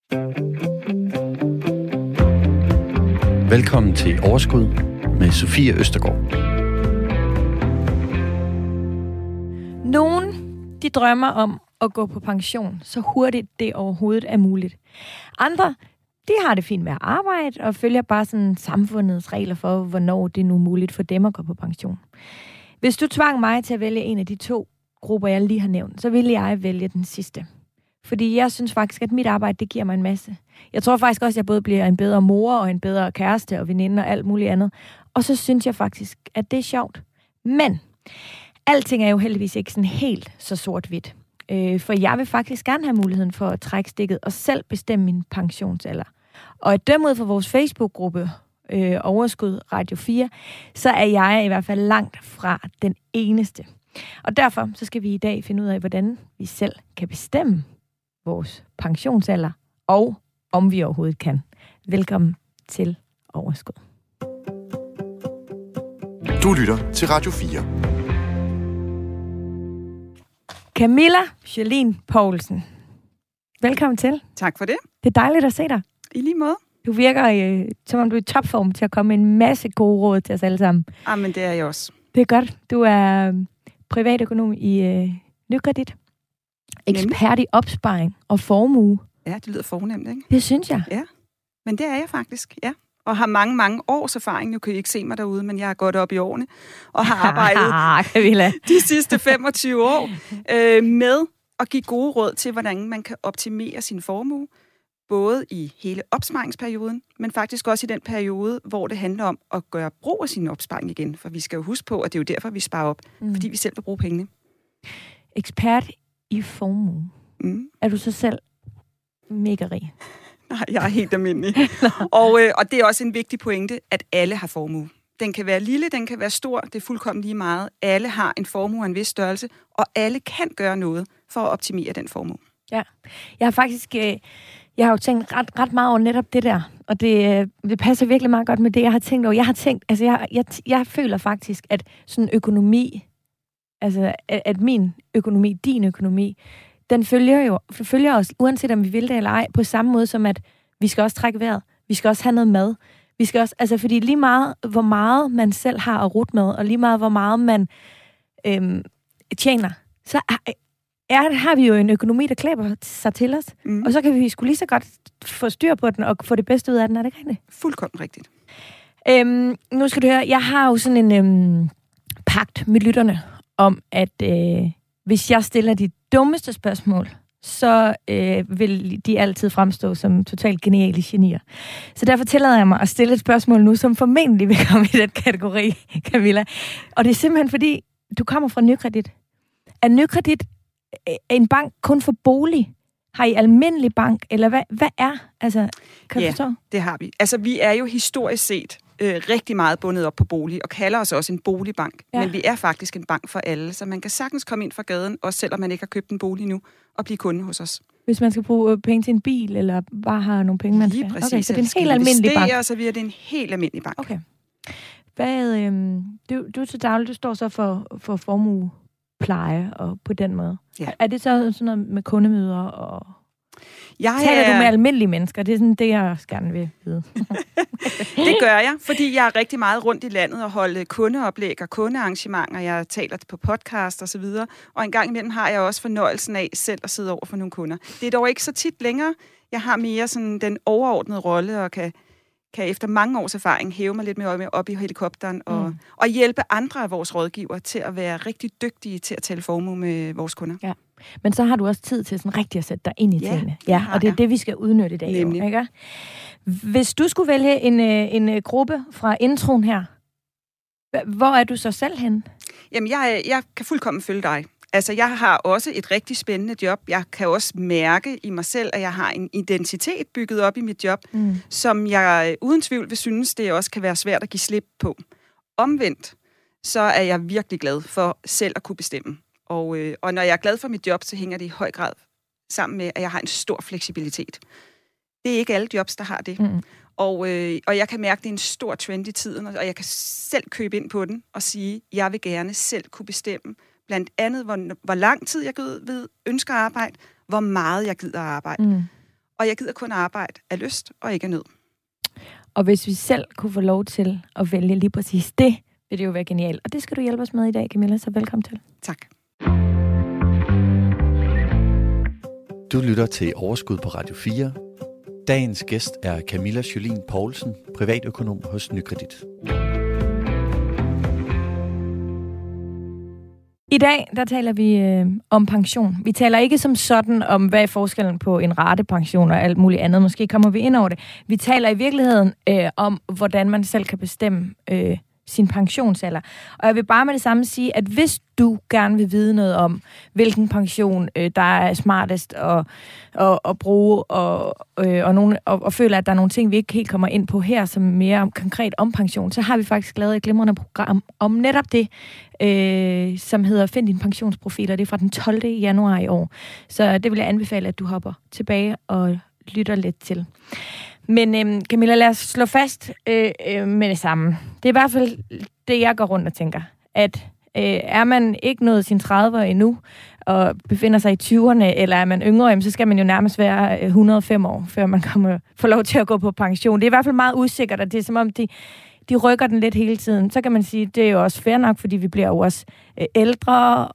Velkommen til Overskud med Sofie Østergaard. Nogen, de drømmer om at gå på pension så hurtigt det overhovedet er muligt. Andre, de har det fint med at arbejde og følger bare sådan samfundets regler for, hvornår det er nu muligt for dem at gå på pension. Hvis du tvang mig til at vælge en af de to grupper, jeg lige har nævnt, så ville jeg vælge den sidste. Fordi jeg synes faktisk, at mit arbejde, det giver mig en masse. Jeg tror faktisk også, at jeg både bliver en bedre mor og en bedre kæreste og veninde og alt muligt andet. Og så synes jeg faktisk, at det er sjovt. Men alting er jo heldigvis ikke sådan helt så sort-hvidt. For jeg vil faktisk gerne have muligheden for at trække stikket og selv bestemme min pensionsalder. Og at dømme ud fra vores Facebook-gruppe, Overskud Radio 4, så er jeg i hvert fald langt fra den eneste. Og derfor så skal vi i dag finde ud af, hvordan vi selv kan bestemme vores pensionsalder, og om vi overhovedet kan. Velkommen til Overskud. Du lytter til Radio 4. Camilla Jolene Poulsen. Velkommen til. Tak for det. Det er dejligt at se dig. I lige måde. Du virker, som om du er i topform til at komme med en masse gode råd til os alle sammen. Men det er jeg også. Det er godt. Du er privatøkonom i Nykredit. Ekspert i opsparing og formue. Ja, det lyder fornemt, ikke? Det synes jeg. Ja, men det er jeg faktisk, ja. Og har mange, mange års erfaring. Nu kan I ikke se mig derude, men jeg har gået op i årene. Og har arbejdet de sidste 25 år med at give gode råd til, hvordan man kan optimere sin formue. Både i hele opsparingsperioden, men faktisk også i den periode, hvor det handler om at gøre brug af sin opsparing igen. For vi skal jo huske på, at det er jo derfor, vi sparer op. Fordi vi selv vil bruge pengene. Ekspert i formue. Er du så selv mega rig? Nej, jeg er helt almindelig. og det er også en vigtig pointe, at alle har formue. Den kan være lille, den kan være stor, det er fuldkommen lige meget. Alle har en formue af en vis størrelse, og alle kan gøre noget for at optimere den formue. Ja, jeg har jo tænkt ret meget over netop det der, og det passer virkelig meget godt med det, jeg har tænkt over. Jeg føler faktisk, at sådan økonomi, altså at min økonomi, din økonomi, den følger os, uanset om vi vil det eller ej, på samme måde som, at vi skal også trække vejret, vi skal også have noget mad, vi skal også, fordi lige meget, hvor meget man selv har at rute med, og lige meget, hvor meget man tjener, så har vi jo en økonomi, der klæber sig til os. Og så kan vi sgu lige så godt få styr på den, og få det bedste ud af den, er det ikke rigtigt? Fuldkommen rigtigt. Nu skal du høre, jeg har jo sådan en pagt med lytterne, om at hvis jeg stiller de dummeste spørgsmål, så vil de altid fremstå som totalt geniale genier. Så derfor tillader jeg mig at stille et spørgsmål nu, som formentlig vil komme i den kategori, Camilla. Og det er simpelthen fordi, du kommer fra Nykredit. Er Nykredit en bank kun for bolig? Har I almindelig bank? Eller hvad er? Altså, kan du forstå? Det har vi. Altså, vi er jo historisk set rigtig meget bundet op på bolig, og kalder os også en boligbank. Ja. Men vi er faktisk en bank for alle, så man kan sagtens komme ind fra gaden, også selvom man ikke har købt en bolig nu, og blive kunde hos os. Hvis man skal bruge penge til en bil, eller bare har nogle penge, man skal... Lige præcis. Okay, så det er en helt almindelig bank. Så vi er det en helt almindelig bank. Okay. Du er til daglig, du står så for formuepleje, og på den måde. Ja. Er det så sådan noget med kundemøder og... Taler du med almindelige mennesker? Det er sådan det, jeg også gerne vil vide. Det gør jeg, fordi jeg er rigtig meget rundt i landet og holder kundeoplæg og kundearrangementer. Jeg taler på podcast og så videre. Og en gang imellem har jeg også fornøjelsen af selv at sidde over for nogle kunder. Det er dog ikke så tit længere. Jeg har mere sådan den overordnede rolle og kan efter mange års erfaring hæve mig lidt mere op i helikopteren og hjælpe andre af vores rådgivere til at være rigtig dygtige til at tale formue med vores kunder. Ja. Men så har du også tid til sådan rigtig at sætte dig ind i tingene. Ja, og det er det, vi skal udnytte i dag. Nemlig. Jo, ikke? Hvis du skulle vælge en gruppe fra introen her, hvor er du så selv henne? Jamen, jeg kan fuldkommen følge dig. Altså, jeg har også et rigtig spændende job. Jeg kan også mærke i mig selv, at jeg har en identitet bygget op i mit job, som jeg uden tvivl vil synes, det også kan være svært at give slip på. Omvendt, så er jeg virkelig glad for selv at kunne bestemme. Og når jeg er glad for mit job, så hænger det i høj grad sammen med, at jeg har en stor fleksibilitet. Det er ikke alle jobs, der har det. Og jeg kan mærke, at det er en stor trend i tiden, og jeg kan selv købe ind på den og sige, at jeg vil gerne selv kunne bestemme, blandt andet, hvor lang tid jeg ønsker at arbejde, hvor meget jeg gider at arbejde. og jeg gider kun arbejde af lyst og ikke af nød. Og hvis vi selv kunne få lov til at vælge lige præcis det, vil det jo være genialt. Og det skal du hjælpe os med i dag, Camilla, så velkommen til. Tak. Du lytter til Overskud på Radio 4. Dagens gæst er Camilla Jolin Poulsen, privatøkonom hos Nykredit. I dag, der taler vi om pension. Vi taler ikke som sådan om, hvad er forskellen på en ratepension og alt muligt andet. Måske kommer vi ind over det. Vi taler i virkeligheden om, hvordan man selv kan bestemme sin pensionsalder. Og jeg vil bare med det samme sige, at hvis du gerne vil vide noget om, hvilken pension der er smartest at bruge, og føler, at der er nogle ting, vi ikke helt kommer ind på her, som mere konkret om pension, så har vi faktisk lavet et glimrende program om netop det, som hedder Find din pensionsprofil, og det er fra den 12. januar i år. Så det vil jeg anbefale, at du hopper tilbage og lytter lidt til. Men Camilla, lad os slå fast med det samme. Det er i hvert fald det, jeg går rundt og tænker, at er man ikke nået sine 30'er endnu, og befinder sig i 20'erne, eller er man yngre, så skal man jo nærmest være 105 år, før man får lov til at gå på pension. Det er i hvert fald meget usikkert, og det er som om, de rykker den lidt hele tiden. Så kan man sige, det er jo også fair nok, fordi vi bliver jo også ældre.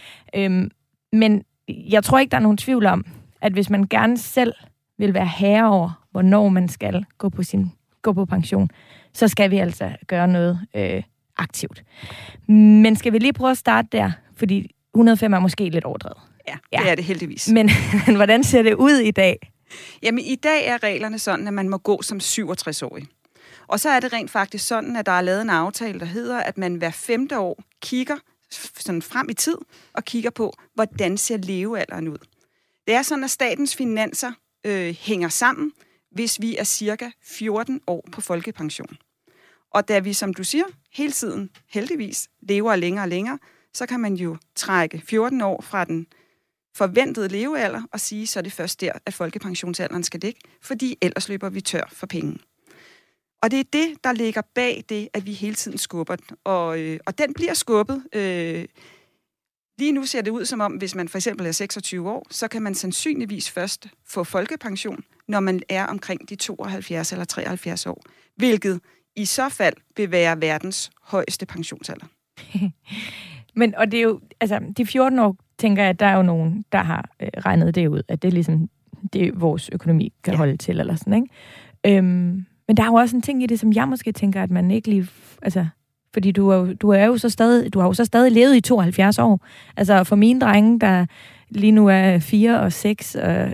Men jeg tror ikke, der er nogen tvivl om, at hvis man gerne selv vil være herre over, hvornår man skal gå på pension, så skal vi altså gøre noget aktivt. Men skal vi lige prøve at starte der? Fordi 105 er måske lidt overdrevet. Ja, det er det heldigvis. Men hvordan ser det ud i dag? Jamen, i dag er reglerne sådan, at man må gå som 67-årig. Og så er det rent faktisk sådan, at der er lavet en aftale, der hedder, at man hver 5. år kigger sådan frem i tid og kigger på, hvordan ser levealderen ud. Det er sådan, at statens finanser hænger sammen, hvis vi er cirka 14 år på folkepension. Og da vi, som du siger, hele tiden heldigvis lever længere og længere, så kan man jo trække 14 år fra den forventede levealder og sige, så er det først der, at folkepensionsalderen skal ligge, fordi ellers løber vi tør for penge. Og det er det, der ligger bag det, at vi hele tiden skubber den. Og den bliver skubbet. Lige nu ser det ud som om, hvis man for eksempel er 26 år, så kan man sandsynligvis først få folkepension, når man er omkring de 72 eller 73 år. Hvilket i så fald vil være verdens højeste pensionsalder. Men, og det er jo, altså, de 14 år, tænker jeg, at der er jo nogen, der har regnet det ud, at det er ligesom, det vores økonomi kan holde til, eller sådan, ikke? Men der er jo også en ting i det, som jeg måske tænker, at man ikke lige, altså, fordi du har jo så stadig levet i 72 år. Altså for mine drenge, der lige nu er 4 og 6, og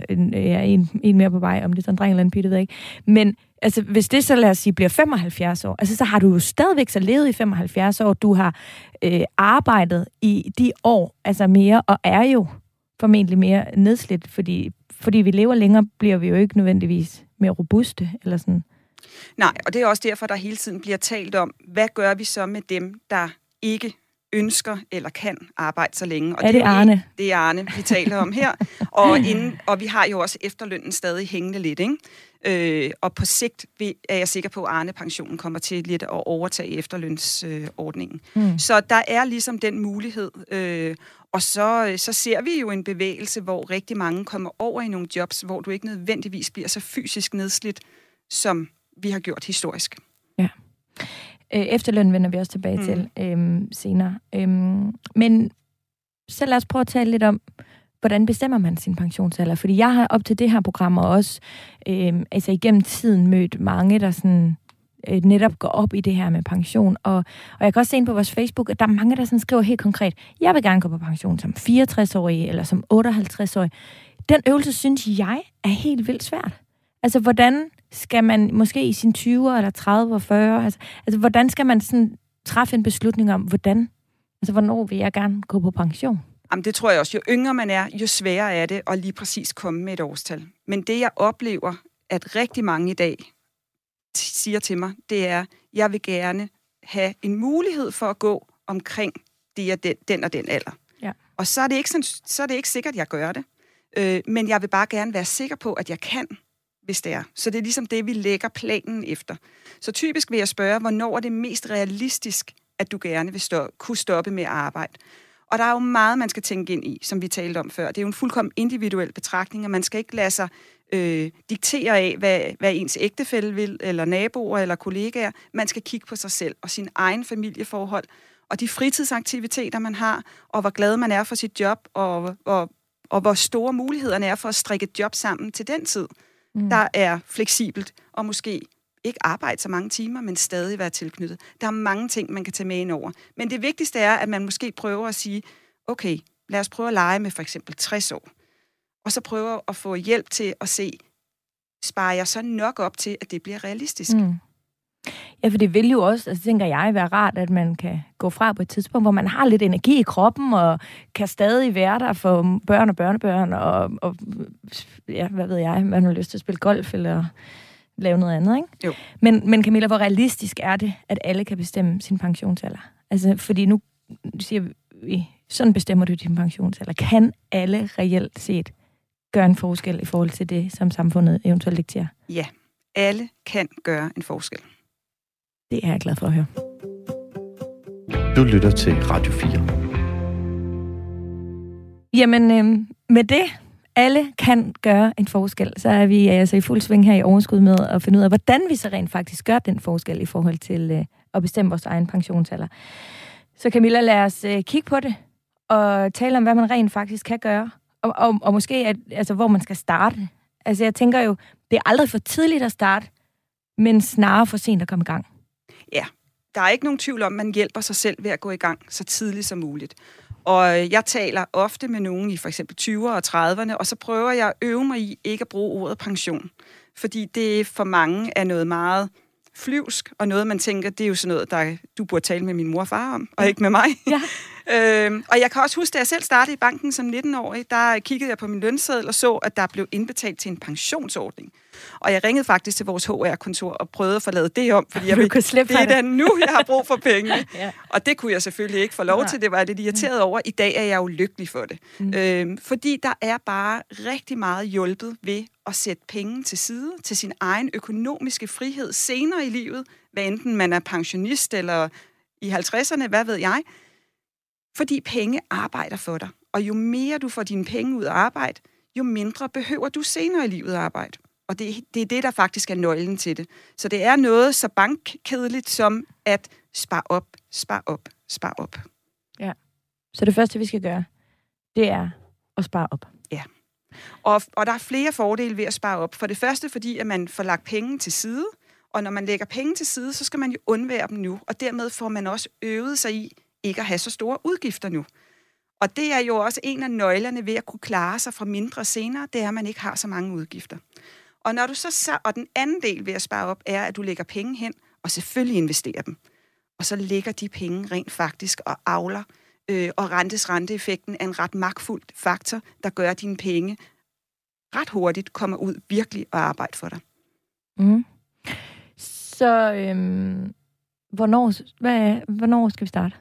en mere på vej, om det er sådan en dreng eller en pige, det ved jeg ikke. Men altså, hvis det så, lad os sige, bliver 75 år, altså så har du jo stadigvæk så levet i 75 år. Du har arbejdet i de år, altså mere, og er jo formentlig mere nedslidt, fordi vi lever længere, bliver vi jo ikke nødvendigvis mere robuste, eller sådan. Nej, og det er også derfor, der hele tiden bliver talt om, hvad gør vi så med dem, der ikke ønsker eller kan arbejde så længe. Og det er Arne. Det er Arne, vi taler om her. Og vi har jo også efterlønnen stadig hængende lidt, ikke? Og på sigt er jeg sikker på, at Arne-pensionen kommer til lidt at overtage efterlønsordningen. Så der er ligesom den mulighed. Og så ser vi jo en bevægelse, hvor rigtig mange kommer over i nogle jobs, hvor du ikke nødvendigvis bliver så fysisk nedslidt, som vi har gjort historisk. Ja. Efterløn vender vi også tilbage til senere. Men så lad os prøve at tale lidt om, hvordan bestemmer man sin pensionsalder? Fordi jeg har op til det her program også altså igennem tiden mødt mange, der sådan, netop går op i det her med pension. Og jeg kan også se ind på vores Facebook, at der er mange, der sådan skriver helt konkret, jeg vil gerne gå på pension som 64-årig eller som 58-årig. Den øvelse, synes jeg, er helt vildt svært. Altså, hvordan skal man måske i sine 20'er eller 30'er, 40'er, altså hvordan skal man sådan træffe en beslutning om, hvornår vil jeg gerne gå på pension? Jamen, det tror jeg også. Jo yngre man er, jo sværere er det at lige præcis komme med et årstal. Men det, jeg oplever, at rigtig mange i dag siger til mig, det er, jeg vil gerne have en mulighed for at gå omkring den og den alder. Ja. Og så er det ikke sikkert, at jeg gør det. Men jeg vil bare gerne være sikker på, at jeg kan, hvis det er. Så det er ligesom det, vi lægger planen efter. Så typisk vil jeg spørge, hvornår er det mest realistisk, at du gerne vil kunne stoppe med at arbejde? Og der er jo meget, man skal tænke ind i, som vi talte om før. Det er jo en fuldkommen individuel betragtning, og man skal ikke lade sig diktere af, hvad ens ægtefælle vil, eller naboer, eller kollegaer. Man skal kigge på sig selv og sin egen familieforhold, og de fritidsaktiviteter, man har, og hvor glad man er for sit job, og hvor store mulighederne er for at strikke et job sammen til den tid, der er fleksibelt, og måske ikke arbejde så mange timer, men stadig være tilknyttet. Der er mange ting, man kan tage med ind over. Men det vigtigste er, at man måske prøver at sige, okay, lad os prøve at lege med for eksempel 60 år, og så prøve at få hjælp til at se, sparer jeg så nok op til, at det bliver realistisk? Ja, for det vil jo også, altså tænker jeg, være rart, at man kan gå fra på et tidspunkt, hvor man har lidt energi i kroppen, og kan stadig være der for børn og børnebørn, og ja, hvad ved jeg, man har lyst til at spille golf, eller lave noget andet, ikke? Jo. Men Camilla, hvor realistisk er det, at alle kan bestemme sin pensionsalder? Altså, fordi nu siger vi, sådan bestemmer du din pensionsalder. Kan alle reelt set gøre en forskel i forhold til det, som samfundet eventuelt dikterer? Ja, alle kan gøre en forskel. Det er jeg glad for at høre. Du lytter til Radio 4. Jamen, med det, alle kan gøre en forskel, så er vi altså i fuld sving her i Overskud med at finde ud af, hvordan vi så rent faktisk gør den forskel i forhold til at bestemme vores egen pensionsalder. Så Camilla, lad os kigge på det og tale om, hvad man rent faktisk kan gøre, og måske, altså, hvor man skal starte. Altså, jeg tænker jo, det er aldrig for tidligt at starte, men snarere for sent at komme i gang. Ja, der er ikke nogen tvivl om, at man hjælper sig selv ved at gå i gang så tidligt som muligt. Og jeg taler ofte med nogen i for eksempel 20'erne og 30'erne, og så prøver jeg at øve mig i ikke at bruge ordet pension. Fordi det for mange er noget meget flyvsk, og noget, man tænker, det er jo sådan noget, du burde tale med min mor og far om, og ikke med mig. Ja. Og jeg kan også huske, da jeg selv startede i banken som 19-årig, der kiggede jeg på min lønseddel og så, at der blev indbetalt til en pensionsordning. Og jeg ringede faktisk til vores HR-kontor og prøvede at få lavet det om, fordi det er da nu, jeg har brug for penge. Ja. Og det kunne jeg selvfølgelig ikke få lov til, det var jeg lidt irriteret over. I dag er jeg jo lykkelig for det. Fordi der er bare rigtig meget hjulpet ved at sætte penge til side til sin egen økonomiske frihed senere i livet, hvad enten man er pensionist eller i 50'erne, hvad ved jeg. Fordi penge arbejder for dig. Og jo mere du får dine penge ud af arbejde, jo mindre behøver du senere i livet at arbejde. Og det er det, der faktisk er nøglen til det. Så det er noget så bankkedeligt som at spare op, spare op, spare op. Ja. Så det første, vi skal gøre, det er at spare op. Ja. Og der er flere fordele ved at spare op. For det første, fordi at man får lagt penge til side. Og når man lægger penge til side, så skal man jo undvære dem nu. Og dermed får man også øvet sig i ikke at have så store udgifter nu. Og det er jo også en af nøglerne ved at kunne klare sig fra mindre senere, det er, at man ikke har så mange udgifter. Og når du og den anden del ved at spare op, er, at du lægger penge hen, og selvfølgelig investerer dem. Og så lægger de penge rent faktisk og avler, og renteeffekten er en ret magtfuld faktor, der gør, at dine penge ret hurtigt kommer ud virkelig og arbejder for dig. Så hvornår skal vi starte?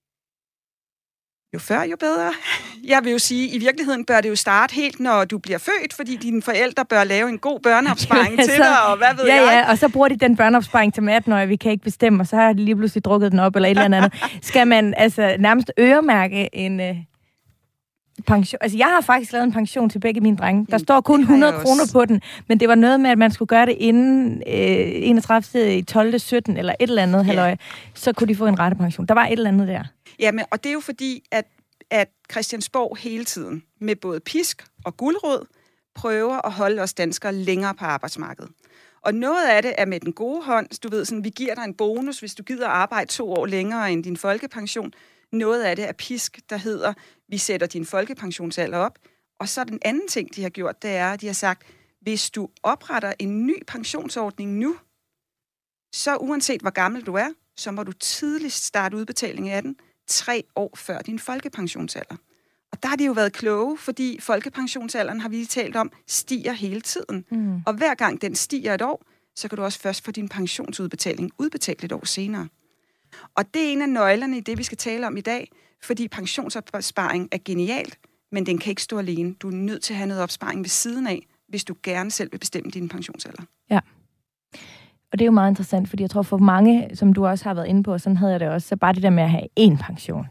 Jo før, jo bedre. Jeg vil jo sige, i virkeligheden bør det jo starte helt, når du bliver født, fordi dine forældre bør lave en god børneopsparing til dig, og hvad ved jeg. Ja, og så bruger de den børneopsparing til 18 år, vi kan ikke bestemme, og så har de lige pludselig drukket den op, eller et eller andet. Skal man altså nærmest øremærke en pension? Altså, jeg har faktisk lavet en pension til begge mine drenge. Der står kun 100 kroner på den, men det var noget med, at man skulle gøre det inden 31. 12. 17. eller et eller andet, halløj. Så kunne de få en rettepension. Der var et eller andet der. Jamen, og det er jo fordi, at Christiansborg hele tiden, med både pisk og guldrød, prøver at holde os danskere længere på arbejdsmarkedet. Og noget af det er med den gode hånd. Du ved, sådan, vi giver dig en bonus, hvis du gider arbejde 2 år længere end din folkepension. Noget af det er pisk, der hedder, vi sætter din folkepensionsalder op. Og så den anden ting, de har gjort, det er, at de har sagt, hvis du opretter en ny pensionsordning nu, så uanset hvor gammel du er, så må du tidligst starte udbetaling af den 3 år før din folkepensionsalder. Og der har de jo været kloge, fordi folkepensionsalderen, har vi talt om, stiger hele tiden. Og hver gang den stiger et år, så kan du også først få din pensionsudbetaling udbetalt et år senere. Og det er en af nøglerne i det, vi skal tale om i dag, fordi pensionsopsparing er genialt, men den kan ikke stå alene. Du er nødt til at have noget opsparing ved siden af, hvis du gerne selv vil bestemme din pensionsalder. Ja. Og det er jo meget interessant, fordi jeg tror for mange, som du også har været inde på, sådan havde jeg det også, så bare det der med at have én pension.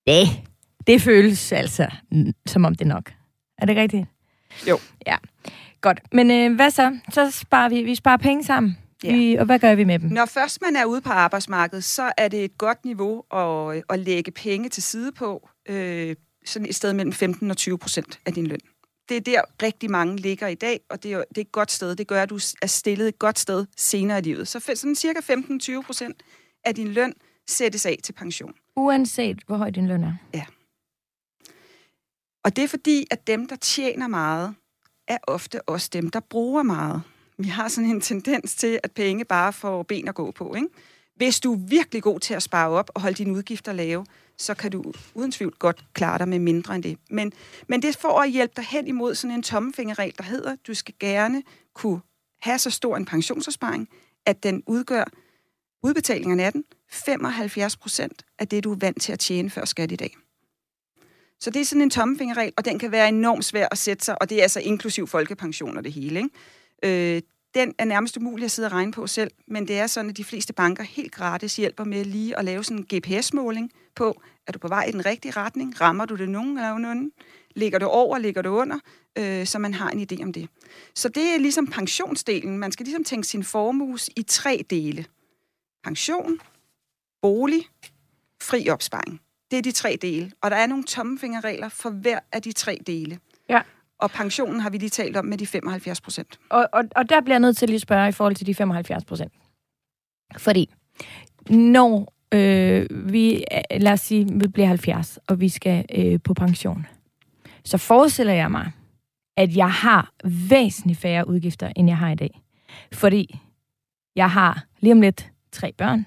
Det føles altså, som om det er nok. Er det rigtigt? Jo. Ja. Godt. Men hvad så? Så sparer vi sparer penge sammen. Ja. Og hvad gør vi med dem? Når først man er ude på arbejdsmarkedet, så er det et godt niveau at lægge penge til side på, sådan et sted mellem 15% og 20% af din løn. Det er der rigtig mange ligger i dag, og det er et godt sted. Det gør, at du er stillet et godt sted senere i livet. Så sådan cirka 15-20% af din løn sættes af til pension. Uanset hvor høj din løn er? Ja. Og det er fordi, at dem, der tjener meget, er ofte også dem, der bruger meget. Vi har sådan en tendens til, at penge bare får ben at gå på, ikke? Hvis du er virkelig god til at spare op og holde dine udgifter lave, så kan du uden tvivl godt klare dig med mindre end det. Men det er for at hjælpe dig hen imod sådan en tommelfingerregel, der hedder, du skal gerne kunne have så stor en pensionsopsparing, at den udgør udbetalingerne af den 75% af det, du er vant til at tjene før skat i dag. Så det er sådan en tommelfingerregel, og den kan være enormt svær at sætte sig, og det er altså inklusiv folkepension og det hele, ikke? Den er nærmest umulig at sidde og regne på selv, men det er sådan, at de fleste banker helt gratis hjælper med lige at lave sådan en GPS-måling på, er du på vej i den rigtige retning, rammer du det nogen eller nogen, ligger du over, ligger du under, så man har en idé om det. Så det er ligesom pensionsdelen. Man skal ligesom tænke sin formue i 3 dele. Pension, bolig, fri opsparing. Det er de 3 dele, og der er nogle tommelfingerregler for hver af de 3 dele. Ja. Og pensionen har vi lige talt om med de 75%. Og der bliver jeg nødt til lige at spørge i forhold til de 75%. Fordi når vi, lad os sige, vi bliver 70, og vi skal på pension, så forestiller jeg mig, at jeg har væsentligt færre udgifter, end jeg har i dag. Fordi jeg har lige om lidt 3 børn.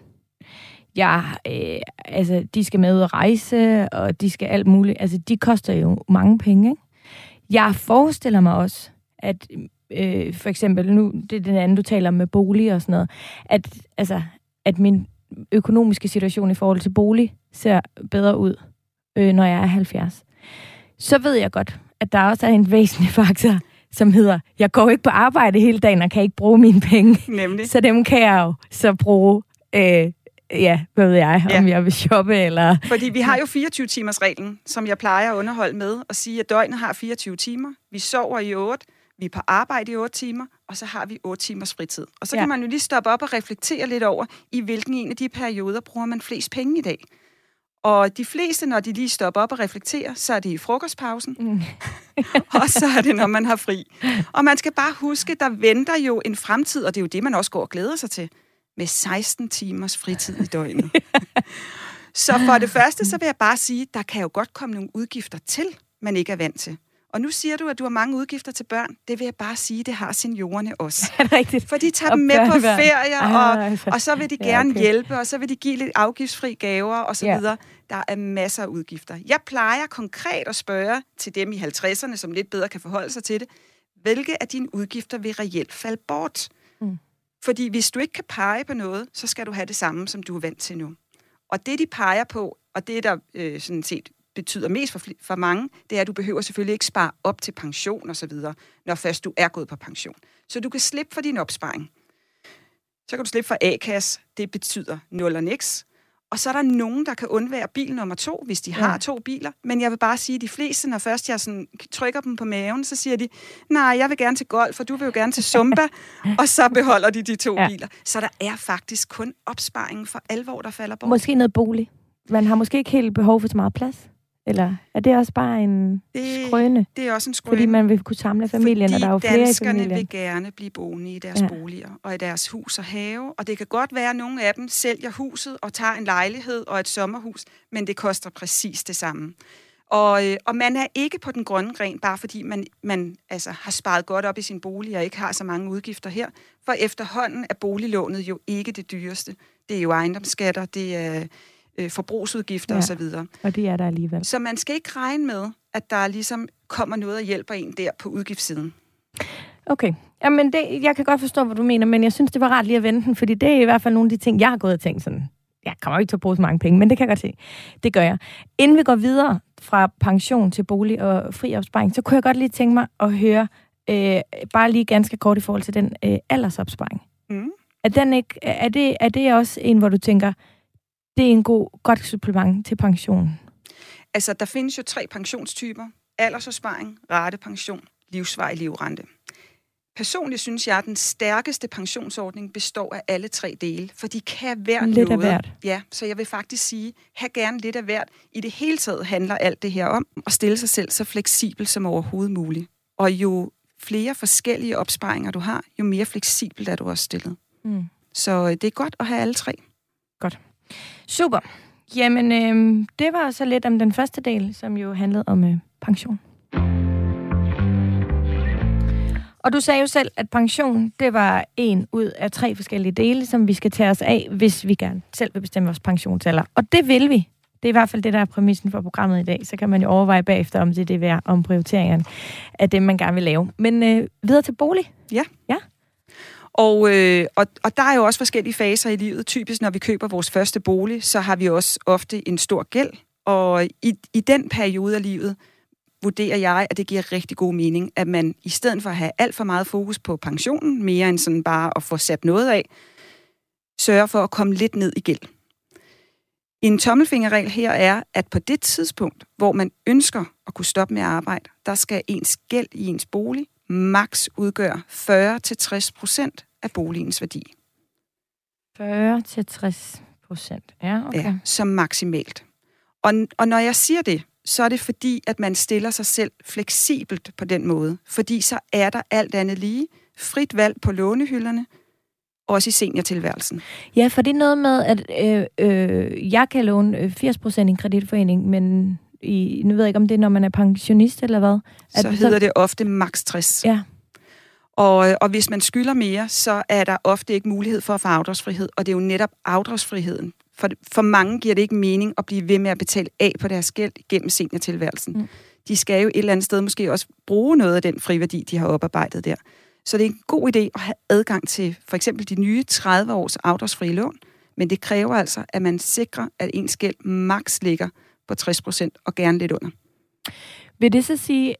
De skal med ud at rejse, og de skal alt muligt. Altså, de koster jo mange penge, ikke? Jeg forestiller mig også, at for eksempel, nu det er den anden, du taler om med bolig og sådan noget, at min økonomiske situation i forhold til bolig ser bedre ud, når jeg er 70. Så ved jeg godt, at der også er en væsentlig faktor, som hedder, jeg går ikke på arbejde hele dagen og kan ikke bruge mine penge. Nemlig. Så dem kan jeg jo så bruge, hvad ved jeg, om jeg vil shoppe eller... Fordi vi har jo 24-timers-reglen, som jeg plejer at underholde med, og sige, at døgnet har 24 timer. Vi sover i 8, vi er på arbejde i 8 timer, og så har vi 8 timers fritid. Og så kan man jo lige stoppe op og reflektere lidt over, i hvilken en af de perioder bruger man flest penge i dag. Og de fleste, når de lige stopper op og reflekterer, så er det i frokostpausen, og så er det, når man har fri. Og man skal bare huske, der venter jo en fremtid, og det er jo det, man også går og glæder sig til, med 16 timers fritid i døgnet. Så for det første, så vil jeg bare sige, der kan jo godt komme nogle udgifter til, man ikke er vant til. Og nu siger du, at du har mange udgifter til børn. Det vil jeg bare sige, det har seniorerne også. Er det rigtigt? For de tager dem med på ferier, og så vil de gerne hjælpe, og så vil de give lidt afgiftsfri gaver, og så videre. Der er masser af udgifter. Jeg plejer konkret at spørge til dem i 50'erne, som lidt bedre kan forholde sig til det, hvilke af dine udgifter vil reelt falde bort? Fordi hvis du ikke kan pege på noget, så skal du have det samme, som du er vant til nu. Og det, de peger på, og det, der sådan set betyder mest for mange, det er, at du behøver selvfølgelig ikke spare op til pension og så videre, når først du er gået på pension. Så du kan slippe for din opsparing. Så kan du slippe for A-kasse, det betyder 0 og niks. Og så er der nogen, der kan undvære bil nummer 2, hvis de har 2 biler. Men jeg vil bare sige, at de fleste, når først jeg sådan trykker dem på maven, så siger de, nej, jeg vil gerne til golf, og du vil jo gerne til Zumba, og så beholder de 2 biler. Så der er faktisk kun opsparingen for alvor, der falder bort. Måske noget bolig. Man har måske ikke helt behov for så meget plads. Eller er det også bare en skrøne? Det er også en skrøne. Fordi man vil kunne samle familien, og der er jo flere i familien. Danskerne vil gerne blive boende i deres boliger og i deres hus og have. Og det kan godt være, at nogle af dem sælger huset og tager en lejlighed og et sommerhus, men det koster præcis det samme. Og man er ikke på den grønne gren, bare fordi man altså har sparet godt op i sin bolig og ikke har så mange udgifter her. For efterhånden er boliglånet jo ikke det dyreste. Det er jo ejendomsskatter, det er forbrugsudgifter og så videre. Og det er der alligevel. Så man skal ikke regne med, at der ligesom kommer noget og hjælper en der på udgiftssiden. Okay. Jamen, jeg kan godt forstå, hvad du mener, men jeg synes, det var rart lige at vende den, fordi det er i hvert fald nogle af de ting, jeg har gået og tænkt sådan, jeg kommer ikke til at bruge så mange penge, men det kan jeg godt se. Det gør jeg. Inden vi går videre fra pension til bolig og fri opsparing, så kunne jeg godt lige tænke mig at høre, bare lige ganske kort i forhold til den aldersopsparing. Er det også en, hvor du tænker, det er en godt supplement til pension? Altså, der findes jo 3 pensionstyper. Aldersopsparing, ratepension, livsvarig livrente. Personligt synes jeg, at den stærkeste pensionsordning består af alle 3 dele, for de kan hver lidt noget. Af hvert. Ja, så jeg vil faktisk sige, have gerne lidt af hvert. I det hele taget handler alt det her om at stille sig selv så fleksibel som overhovedet muligt. Og jo flere forskellige opsparinger du har, jo mere fleksibelt er du også stillet. Så det er godt at have alle 3. Godt. Super. Jamen, det var så lidt om den første del, som jo handlede om pension. Og du sagde jo selv, at pension, det var 1 ud af 3 forskellige dele, som vi skal tage os af, hvis vi gerne selv vil bestemme vores pensionsalder. Og det vil vi. Det er i hvert fald det, der er præmissen for programmet i dag. Så kan man jo overveje bagefter, om det er værd om prioriteringerne af det, man gerne vil lave. Men videre til bolig. Ja. Og der er jo også forskellige faser i livet. Typisk, når vi køber vores første bolig, så har vi også ofte en stor gæld. Og i den periode af livet vurderer jeg, at det giver rigtig god mening, at man i stedet for at have alt for meget fokus på pensionen, mere end sådan bare at få sat noget af, sørger for at komme lidt ned i gæld. En tommelfingerregel her er, at på det tidspunkt, hvor man ønsker at kunne stoppe med at arbejde, der skal ens gæld i ens bolig maks udgøre 40-60% af boligens værdi. 40-60%, ja, okay. Ja, som maksimalt. Og når jeg siger det, så er det fordi, at man stiller sig selv fleksibelt på den måde. Fordi så er der alt andet lige frit valg på lånehylderne, også i seniortilværelsen. Ja, for det er noget med, at jeg kan låne 80% i en kreditforening, men nu ved jeg ikke, om det er, når man er pensionist eller hvad. Så hedder det ofte maks 60. Ja. Og hvis man skylder mere, så er der ofte ikke mulighed for at få afdragsfrihed, og det er jo netop afdragsfriheden. For mange giver det ikke mening at blive ved med at betale af på deres gæld gennem seniortilværelsen. De skal jo et eller andet sted måske også bruge noget af den friværdi, de har oparbejdet der. Så det er en god idé at have adgang til for eksempel de nye 30 års afdragsfrie lån, men det kræver altså, at man sikrer, at ens gæld maks ligger på 60% og gerne lidt under. Vil det så sige,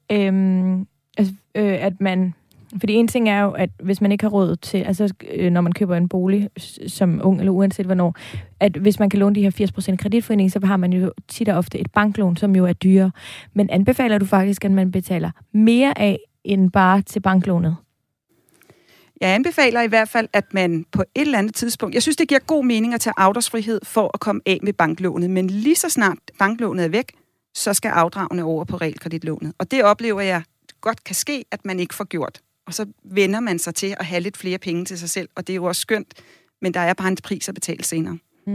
at man... Fordi en ting er jo, at hvis man ikke har råd til, altså når man køber en bolig som ung eller uanset hvornår, at hvis man kan låne de her 80% kreditforening, så har man jo tit og ofte et banklån, som jo er dyrere. Men anbefaler du faktisk, at man betaler mere af end bare til banklånet? Jeg anbefaler i hvert fald, at man på et eller andet tidspunkt... Jeg synes, det giver god mening at tage afdragsfrihed for at komme af med banklånet, men lige så snart banklånet er væk, så skal afdragene over på realkreditlånet. Og det oplever jeg godt kan ske, at man ikke får gjort. Og så vender man sig til at have lidt flere penge til sig selv, og det er jo også skønt, men der er bare en pris at betale senere.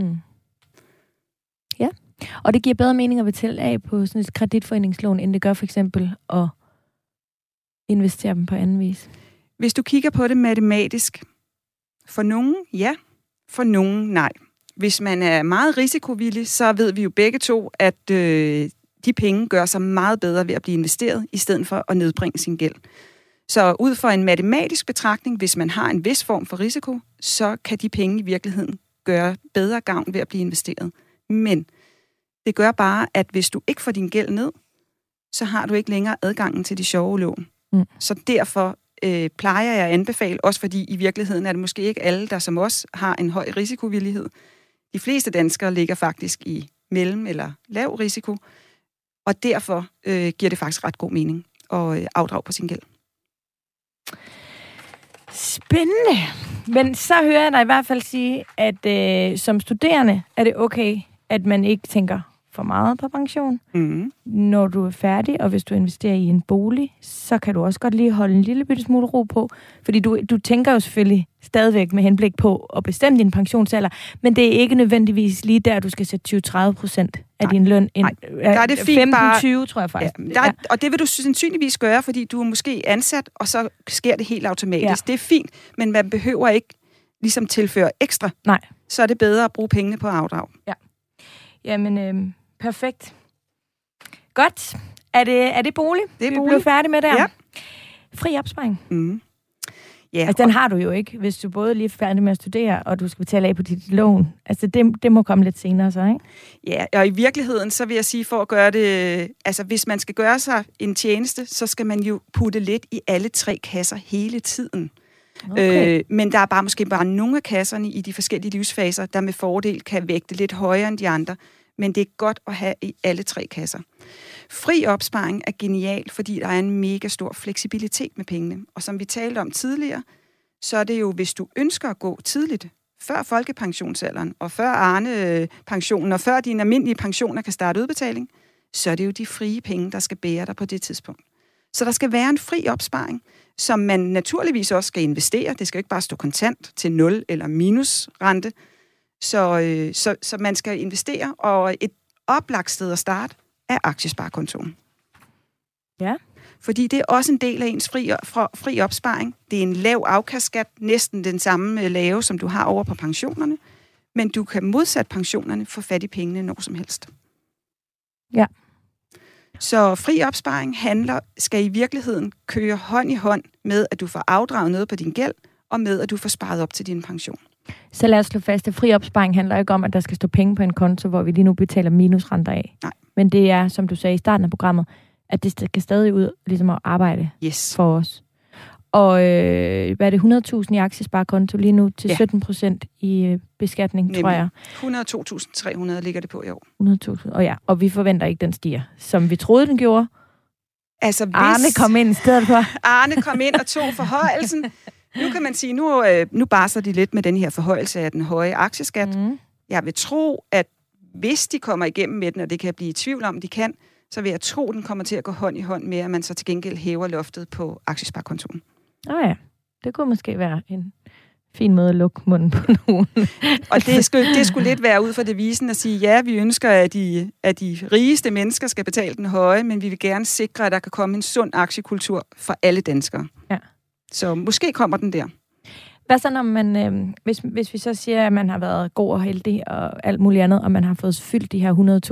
Ja, og det giver bedre mening at betale af på sådan et kreditforeningslån, end det gør for eksempel at investere dem på anden vis. Hvis du kigger på det matematisk, for nogen ja, for nogen nej. Hvis man er meget risikovillig, så ved vi jo begge to, at de penge gør sig meget bedre ved at blive investeret, i stedet for at nedbringe sin gæld. Så ud fra en matematisk betragtning, hvis man har en vis form for risiko, så kan de penge i virkeligheden gøre bedre gavn ved at blive investeret. Men det gør bare, at hvis du ikke får din gæld ned, så har du ikke længere adgangen til de sjove lån. Så derfor plejer jeg at anbefale, også fordi i virkeligheden er det måske ikke alle, der som os har en høj risikovillighed. De fleste danskere ligger faktisk i mellem- eller lav risiko, og derfor giver det faktisk ret god mening at afdrage på sin gæld. Spændende. Men så hører jeg dig i hvert fald sige, at som studerende er det okay, at man ikke tænker for meget på pension. Når du er færdig, og hvis du investerer i en bolig, så kan du også godt lige holde en lille bitte smule ro på. Fordi du tænker jo selvfølgelig stadigvæk med henblik på at bestemme din pensionsalder, men det er ikke nødvendigvis lige der, du skal sætte 20-30% af din løn ind. Der er det fint 15-20, tror jeg faktisk. Ja, og det vil du sandsynligvis gøre, fordi du er måske ansat, og så sker det helt automatisk. Ja. Det er fint, men man behøver ikke ligesom tilføre ekstra. Nej. Så er det bedre at bruge pengene på afdrag. Ja. Jamen, perfekt. Godt. Er det bolig? Det er vi bolig. blev færdige med der. Ja. Fri opsparing. Ja, altså, den har du jo ikke, hvis du både lige er færdig med at studere, og du skal betale af på dit lån. Altså, det må komme lidt senere så, ikke? Ja, og i virkeligheden, så vil jeg sige, for at gøre det... Altså, hvis man skal gøre sig en tjeneste, så skal man jo putte lidt i alle 3 kasser hele tiden. Okay. Men der er måske bare nogle af kasserne i de forskellige livsfaser, der med fordel kan vægte lidt højere end de andre. Men det er godt at have i alle 3 kasser. Fri opsparing er genial, fordi der er en mega stor fleksibilitet med pengene. Og som vi talte om tidligere, så er det jo, hvis du ønsker at gå tidligt, før folkepensionsalderen, og før Arne-pensionen, og før dine almindelige pensioner kan starte udbetaling, så er det jo de frie penge, der skal bære dig på det tidspunkt. Så der skal være en fri opsparing, som man naturligvis også skal investere. Det skal jo ikke bare stå kontant til 0 eller minus rente. Så man skal investere, og et oplagt sted at starte er aktiesparekontoen. Ja. Fordi det er også en del af ens fri opsparing. Det er en lav afkastskat, næsten den samme lave, som du har over på pensionerne. Men du kan modsat pensionerne få fat i pengene når som helst. Ja. Så fri opsparing skal i virkeligheden køre hånd i hånd med, at du får afdraget noget på din gæld, og med, at du får sparet op til din pension. Så lad os slå fast, at fri opsparing handler ikke om, at der skal stå penge på en konto, hvor vi lige nu betaler minusrenter af. Nej. Men det er, som du sagde i starten af programmet, at det skal stadig ud ligesom at arbejde for os. Og hvad er det, 100.000 i aktiesparekonto lige nu til 17% i beskatning, tror jeg. 102.300 ligger det på i år. 100.000, og vi forventer ikke, den stiger, som vi troede, den gjorde. Altså, hvis Arne kom ind i stedet for. Arne kom ind og tog forhøjelsen. Nu kan man sige, nu barsler de lidt med den her forhøjelse af den høje aktieskat. Jeg vil tro, at hvis de kommer igennem med den, og det kan jeg blive i tvivl om, de kan, så vil jeg tro, den kommer til at gå hånd i hånd med, at man så til gengæld hæver loftet på aktiesparekontoen. Ja, det kunne måske være en fin måde at lukke munden på nogen. Og det skulle lidt være ud fra devisen at sige, ja, vi ønsker, at de rigeste mennesker skal betale den høje, men vi vil gerne sikre, at der kan komme en sund aktiekultur for alle danskere. Ja. Så måske kommer den der. Hvad så, når man, hvis vi så siger, at man har været god og heldig og alt muligt andet, og man har fået fyldt de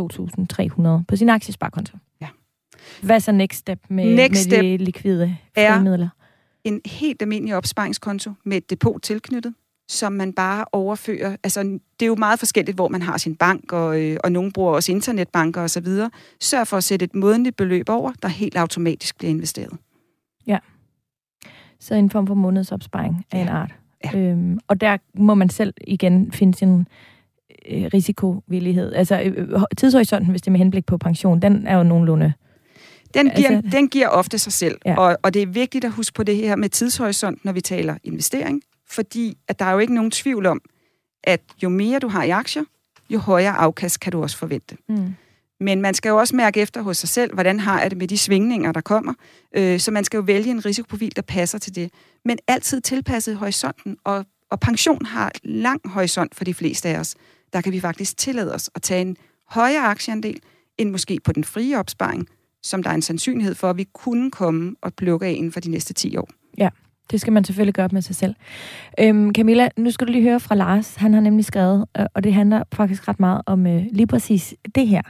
her 102.300 på sin aktiesparekonto? Ja. Hvad er så next step med de likvide midler? En helt almindelig opsparingskonto med et depot tilknyttet, som man bare overfører. Altså, det er jo meget forskelligt, hvor man har sin bank, og nogen bruger også internetbanker osv. Sørg for at sætte et månedligt beløb over, der helt automatisk bliver investeret. Ja. Så en form for månedsopsparing af en art. Ja. Og der må man selv igen finde sin risikovillighed. Altså tidshorisonten, hvis det er med henblik på pension, den er jo nogenlunde... Den giver ofte sig selv. Ja. Og det er vigtigt at huske på det her med tidshorisont, når vi taler investering, fordi at der er jo ikke nogen tvivl om, at jo mere du har i aktier, jo højere afkast kan du også forvente. Men man skal jo også mærke efter hos sig selv, hvordan har jeg det med de svingninger, der kommer. Så man skal jo vælge en risikoprofil, der passer til det. Men altid tilpasset horisonten, og pension har lang horisont for de fleste af os. Der kan vi faktisk tillade os at tage en højere aktieandel, end måske på den frie opsparing, som der er en sandsynlighed for, at vi kunne komme og plukke af inden for de næste 10 år. Ja, det skal man selvfølgelig gøre op med sig selv. Camilla, nu skal du lige høre fra Lars. Han har nemlig skrevet, og det handler faktisk ret meget om lige præcis det her.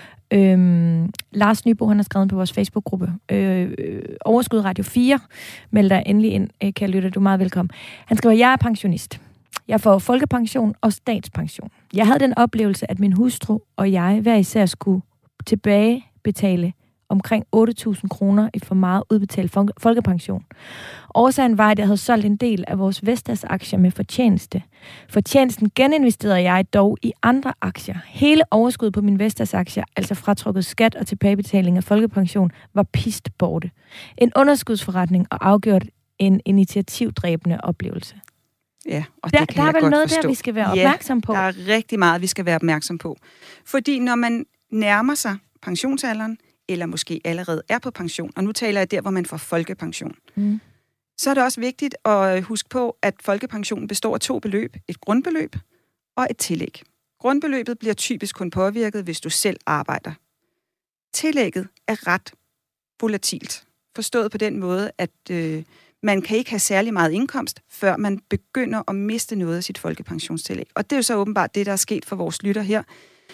Lars Nybo, han har skrevet på vores Facebook-gruppe. Overskud Radio 4. Meld dig endelig ind, kære lytter, du er meget velkommen. Han skriver, jeg er pensionist. Jeg får folkepension og statspension. Jeg havde den oplevelse, at min hustru og jeg hver især skulle tilbagebetale omkring 8.000 kroner i for meget udbetalt folkepension. Årsagen var, at jeg havde solgt en del af vores Vestas-aktier med fortjeneste. Fortjenesten geninvesterede jeg dog i andre aktier. Hele overskuddet på mine Vestas-aktier, altså fratrukket skat og tilbagebetaling af folkepension, var pist borte. En underskudsforretning og afgjort en initiativdræbende oplevelse. Ja, og det kan jeg godt forstå. Der er vel noget der, vi skal være opmærksom på? Der er rigtig meget, vi skal være opmærksom på. Fordi når man nærmer sig pensionsalderen, eller måske allerede er på pension, og nu taler jeg der, hvor man får folkepension, så er det også vigtigt at huske på, at folkepensionen består af 2 beløb. Et grundbeløb og et tillæg. Grundbeløbet bliver typisk kun påvirket, hvis du selv arbejder. Tillægget er ret volatilt. Forstået på den måde, at man kan ikke have særlig meget indkomst, før man begynder at miste noget af sit folkepensionstillæg. Og det er jo så åbenbart det, der er sket for vores lytter her,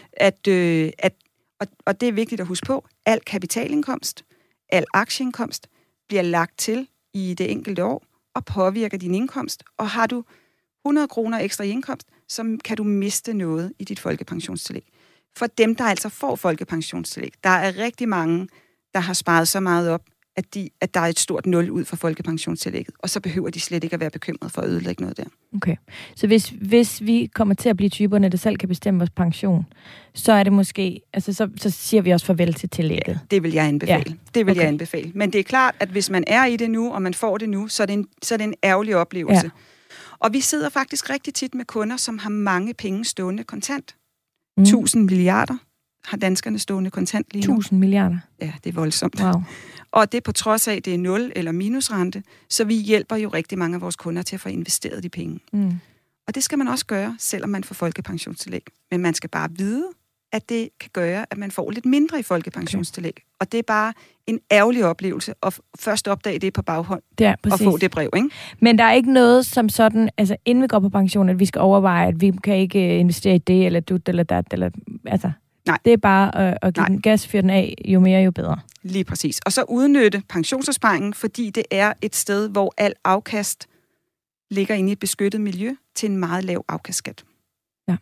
og det er vigtigt at huske på, al kapitalindkomst, al aktieindkomst bliver lagt til i det enkelte år og påvirker din indkomst. Og har du 100 kroner ekstra i indkomst, så kan du miste noget i dit folkepensionstillæg. For dem, der altså får folkepensionstillæg, der er rigtig mange, der har sparet så meget op, at der er et stort nul ud for folkepensionstillægget, og så behøver de slet ikke at være bekymret for at ødelægge noget der. Okay. Så hvis vi kommer til at blive typerne, der selv kan bestemme vores pension, så er det måske, altså så siger vi også farvel til tillægget. Ja, det vil jeg anbefale. Ja. Det vil jeg anbefale. Men det er klart, at hvis man er i det nu, og man får det nu, så er det en ærgerlig oplevelse. Ja. Og vi sidder faktisk rigtig tit med kunder, som har mange penge stående kontant. 1000 milliarder har danskerne stående kontant lige nu. 1000 milliarder? Ja, det er voldsomt. Wow. Og det er på trods af, at det er 0 eller minusrente, så vi hjælper jo rigtig mange af vores kunder til at få investeret de penge. Og det skal man også gøre, selvom man får folkepensionstillæg. Men man skal bare vide, at det kan gøre, at man får lidt mindre i folkepensionstillæg. Okay. Og det er bare en ærgerlig oplevelse at først opdage det på baghånd og få det brev, ikke? Men der er ikke noget som sådan, altså inden vi går på pension, at vi skal overveje, at vi kan ikke investere i det, eller dut, eller dat, eller altså... Nej. Det er bare at give den gas, fyre den af, jo mere, jo bedre. Lige præcis. Og så udnytte pensionsopsparingen, fordi det er et sted, hvor al afkast ligger inde i et beskyttet miljø til en meget lav afkastskat. Ja.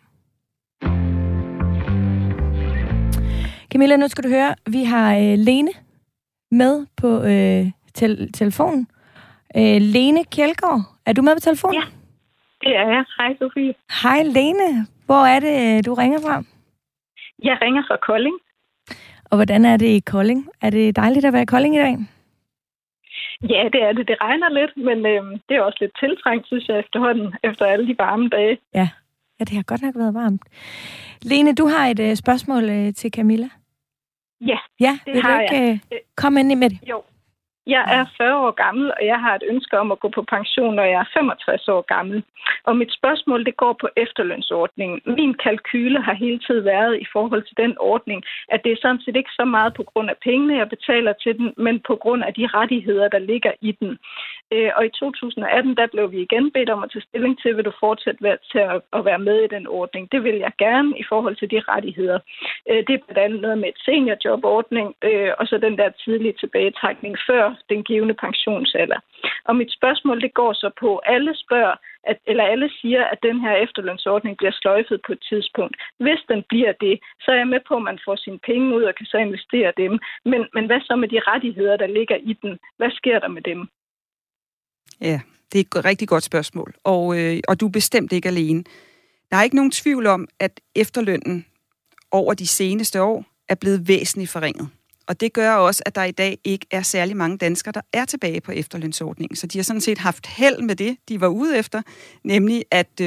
Camilla, nu skal du høre, vi har Lene med på telefonen. Lene Kjeldgaard, er du med på telefonen? Ja, det er jeg. Hej, Sofie. Hej, Lene. Hvor er det, du ringer fra? Jeg ringer fra Kolding. Og hvordan er det i Kolding? Er det dejligt at være i Kolding i dag? Ja, det er det. Det regner lidt, men det er også lidt tiltrængt, synes jeg, efterhånden, efter alle de varme dage. Ja, det har godt nok været varmt. Lene, du har et spørgsmål til Camilla. Ja, det vil du ikke komme ind med det? Jo. Jeg er 40 år gammel, og jeg har et ønske om at gå på pension, når jeg er 65 år gammel. Og mit spørgsmål, det går på efterlønsordningen. Min kalkyle har hele tiden været i forhold til den ordning, at det er sådan set ikke så meget på grund af pengene, jeg betaler til den, men på grund af de rettigheder, der ligger i den. Og i 2018, der blev vi igen bedt om at tage stilling til, vil du fortsætte til at være med i den ordning. Det vil jeg gerne i forhold til de rettigheder. Det er blandt andet noget med et seniorjobordning, og så den der tidlige tilbagetrækning før den givende pensionsalder. Og mit spørgsmål, det går så på, alle spørger, alle siger, at den her efterlønsordning bliver sløjfet på et tidspunkt. Hvis den bliver det, så er jeg med på, at man får sine penge ud og kan så investere dem. Men hvad så med de rettigheder, der ligger i den? Hvad sker der med dem? Ja, det er et rigtig godt spørgsmål. Og du er bestemt ikke alene. Der er ikke nogen tvivl om, at efterlønnen over de seneste år er blevet væsentligt forringet. Og det gør også, at der i dag ikke er særlig mange danskere, der er tilbage på efterlønsordningen. Så de har sådan set haft held med det, de var ude efter, nemlig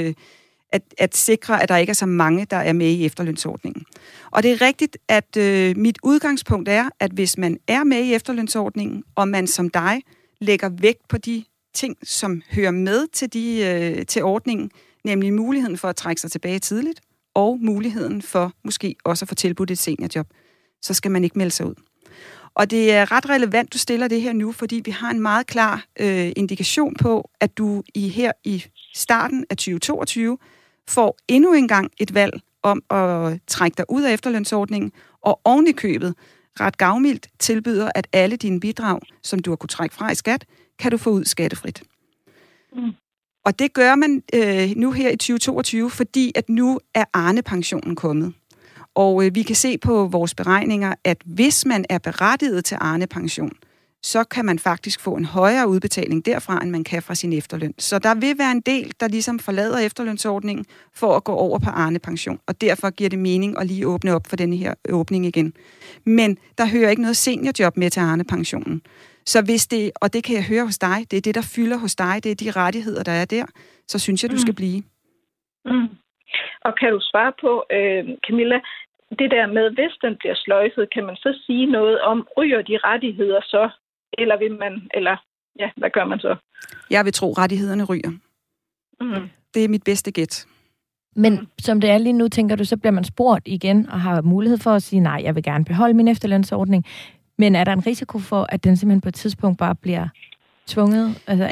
at sikre, at der ikke er så mange, der er med i efterlønsordningen. Og det er rigtigt, at mit udgangspunkt er, at hvis man er med i efterlønsordningen, og man som dig lægger vægt på de ting, som hører med til ordningen, nemlig muligheden for at trække sig tilbage tidligt, og muligheden for måske også at få tilbudt et seniorjob, så skal man ikke melde sig ud. Og det er ret relevant, du stiller det her nu, fordi vi har en meget klar indikation på, at du her i starten af 2022 får endnu en gang et valg om at trække dig ud af efterlønsordningen, og oven i købet ret gavmildt tilbyder, at alle dine bidrag, som du har kunnet trække fra i skat, kan du få ud skattefrit. Og det gør man nu her i 2022, fordi at nu er Arne-pensionen kommet. Og vi kan se på vores beregninger, at hvis man er berettiget til Arne-pension, så kan man faktisk få en højere udbetaling derfra, end man kan fra sin efterløn. Så der vil være en del, der ligesom forlader efterlønsordningen for at gå over på Arne-pension. Og derfor giver det mening at lige åbne op for denne her åbning igen. Men der hører ikke noget seniorjob med til Arne-pensionen. Så hvis det, og det kan jeg høre hos dig, det er det, der fylder hos dig, det er de rettigheder, der er der, så synes jeg, du skal blive. Og kan du svare på, Camilla, det der med, hvis den bliver sløjfet, kan man så sige noget om, ryger de rettigheder så, eller vil man, eller ja, hvad gør man så? Jeg vil tro, rettighederne ryger. Det er mit bedste gæt. Men som det er lige nu, tænker du, så bliver man spurgt igen, og har mulighed for at sige, nej, jeg vil gerne beholde min efterlønsordning. Men er der en risiko for, at den simpelthen på et tidspunkt bare bliver tvunget? Altså,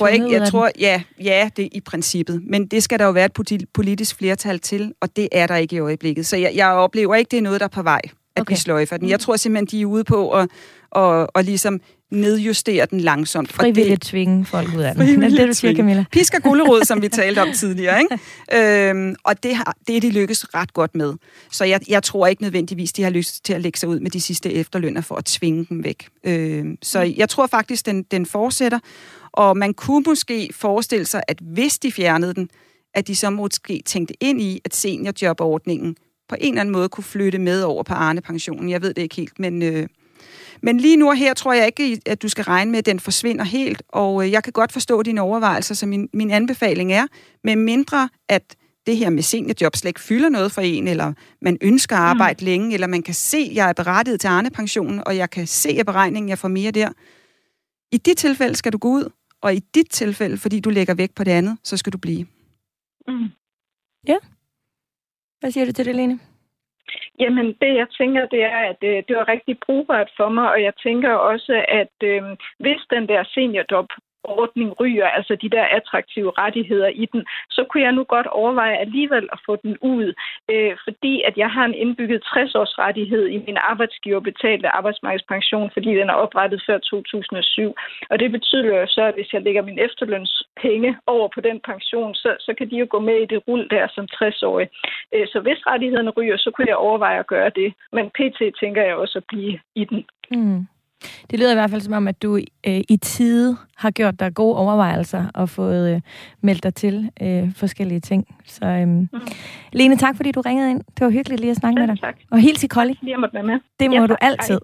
ja, det er i princippet. Men det skal der jo være et politisk flertal til, og det er der ikke i øjeblikket. Så jeg oplever ikke, det er noget, der er på vej, at vi sløjfer den. Jeg tror simpelthen, de er ude på at ligesom nedjustere den langsomt. Frivilligt tvinge folk ud af den. Det er det, du siger, Camilla. Pisk og gulerod, som vi talte om tidligere. Ikke? Og det er de lykkes ret godt med. Så jeg tror ikke nødvendigvis, de har lyst til at lægge sig ud med de sidste efterlønner for at tvinge dem væk. Så jeg tror faktisk, den fortsætter. Og man kunne måske forestille sig, at hvis de fjernede den, at de så måske tænkte ind i, at seniorjobordningen på en eller anden måde kunne flytte med over på Arne-pensionen. Jeg ved det ikke helt, men lige nu og her tror jeg ikke, at du skal regne med, at den forsvinder helt, og jeg kan godt forstå dine overvejelser, så min anbefaling er, med mindre at det her med seniorjob slet ikke fylder noget for en, eller man ønsker at arbejde længe, eller man kan se, at jeg er berettiget til Arne-pensionen, og jeg kan se af beregningen, jeg får mere der. I dit tilfælde skal du gå ud, og i dit tilfælde, fordi du lægger væk på det andet, så skal du blive. Ja. Hvad siger du til det, Lene? Jamen, det jeg tænker, det er, at det var rigtig brugbart for mig, og jeg tænker også, at hvis den der seniorjobordning ryger, altså de der attraktive rettigheder i den, så kunne jeg nu godt overveje alligevel at få den ud, fordi at jeg har en indbygget 60-års rettighed i min arbejdsgiverbetalte arbejdsmarkedspension, fordi den er oprettet før 2007. Og det betyder jo så, at hvis jeg lægger min efterlønspenge over på den pension, så kan de jo gå med i det rul der som 60-årig. Så hvis rettighederne ryger, så kunne jeg overveje at gøre det. Men pt. Tænker jeg også at blive i den. Det lyder i hvert fald som om, at du i tide har gjort dig gode overvejelser og fået meldt dig til forskellige ting. Så Lene, tak fordi du ringede ind. Det var hyggeligt lige at snakke med dig. Tak. Og hils til Kolding. Jeg måtte være med. Det må du altid.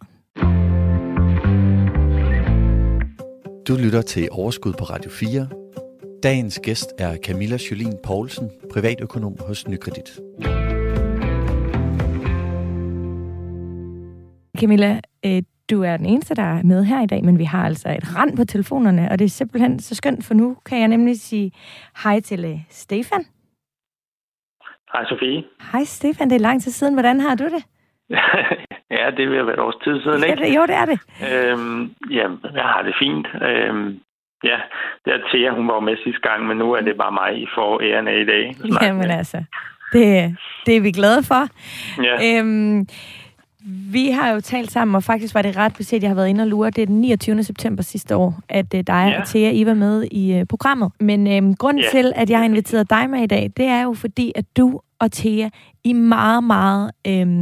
Du lytter til Overskud på Radio 4. Dagens gæst er Camilla Jolin Poulsen, privatøkonom hos Nykredit. Camilla, du er den eneste, der er med her i dag, men vi har altså et rand på telefonerne, og det er simpelthen så skønt, for nu kan jeg nemlig sige hej til Stefan. Hej Sofie. Hej Stefan, det er lang tid siden. Hvordan har du det? Ja, det vil have været års tid siden, ikke? Jo, det er det. Jeg har det fint. Det er Thea, hun var med sidste gang, men nu er det bare mig, I får æren af i dag. Jamen altså, det er vi glade for. Ja. Vi har jo talt sammen, og faktisk var det ret beset, jeg har været inde og lure. Det er den 29. september sidste år, at dig og Thea, I var med i programmet. Men grunden til, at jeg har inviteret dig med i dag, det er jo fordi, at du og Thea i meget, meget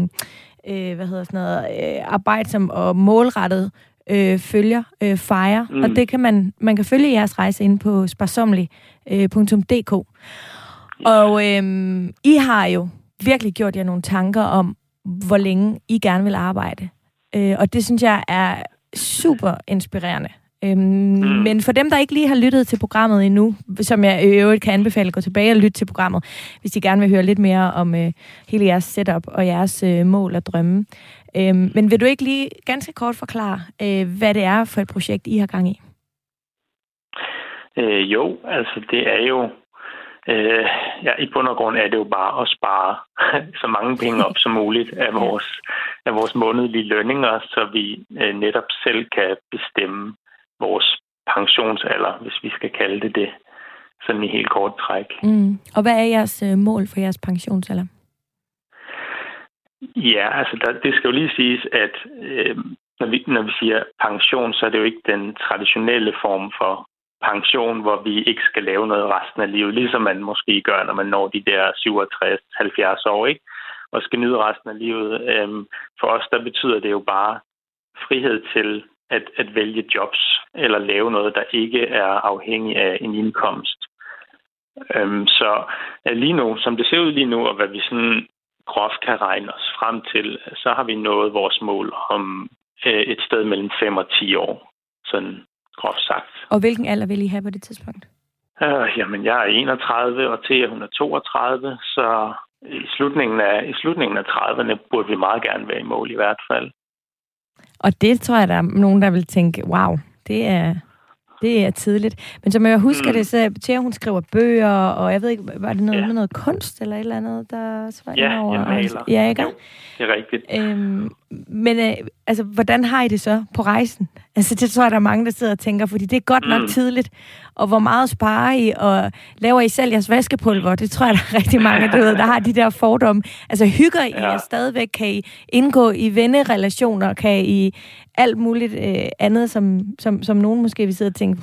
arbejdsom og målrettet følger FIRE. Og det kan man kan følge jeres rejse inde på sparsomlig.dk. Og I har jo virkelig gjort jer nogle tanker om, hvor længe I gerne vil arbejde. Og det synes jeg er super inspirerende. Men for dem, der ikke lige har lyttet til programmet endnu, som jeg i øvrigt kan anbefale at gå tilbage og lytte til programmet, hvis de gerne vil høre lidt mere om hele jeres setup og jeres mål og drømme. Men vil du ikke lige ganske kort forklare, hvad det er for et projekt, I har gang i? Jo, altså det er jo i bund og grund er det jo bare at spare så mange penge op som muligt af vores månedlige lønninger, så vi netop selv kan bestemme vores pensionsalder, hvis vi skal kalde det, sådan i helt kort træk. Og hvad er jeres mål for jeres pensionsalder? Ja, altså det skal jo lige siges, at når vi siger pension, så er det jo ikke den traditionelle form for pension, hvor vi ikke skal lave noget resten af livet, ligesom man måske gør, når man når de der 67-70 år, ikke? Og skal nyde resten af livet. For os, der betyder det jo bare frihed til at vælge jobs, eller lave noget, der ikke er afhængig af en indkomst. Så lige nu, som det ser ud lige nu, og hvad vi sådan groft kan regne os frem til, så har vi nået vores mål om et sted mellem 5 og 10 år, sådan groft sagt. Og hvilken alder vil I have på det tidspunkt? Jamen, jeg er 31, og Thea, hun er 32, så i slutningen af 30'erne burde vi meget gerne være i mål i hvert fald. Og det tror jeg, der er nogen, der vil tænke, wow, det er tidligt. Men som jeg husker det, så Thea, hun skriver bøger, og jeg ved ikke, var det noget med noget kunst eller et eller andet, der var over? Jeg maler. Ja, ikke? Jo, det er rigtigt. Men altså, hvordan har I det så på rejsen? Altså, det tror jeg, der er mange, der sidder og tænker, fordi det er godt nok tidligt. Og hvor meget sparer I, og laver I selv jeres vaskepulver? Det tror jeg, der er rigtig mange, der har de der fordomme. Altså, hygger I jer stadigvæk? Kan I indgå i vennerelationer? Kan I alt muligt andet, som nogen måske vil sidde og tænke,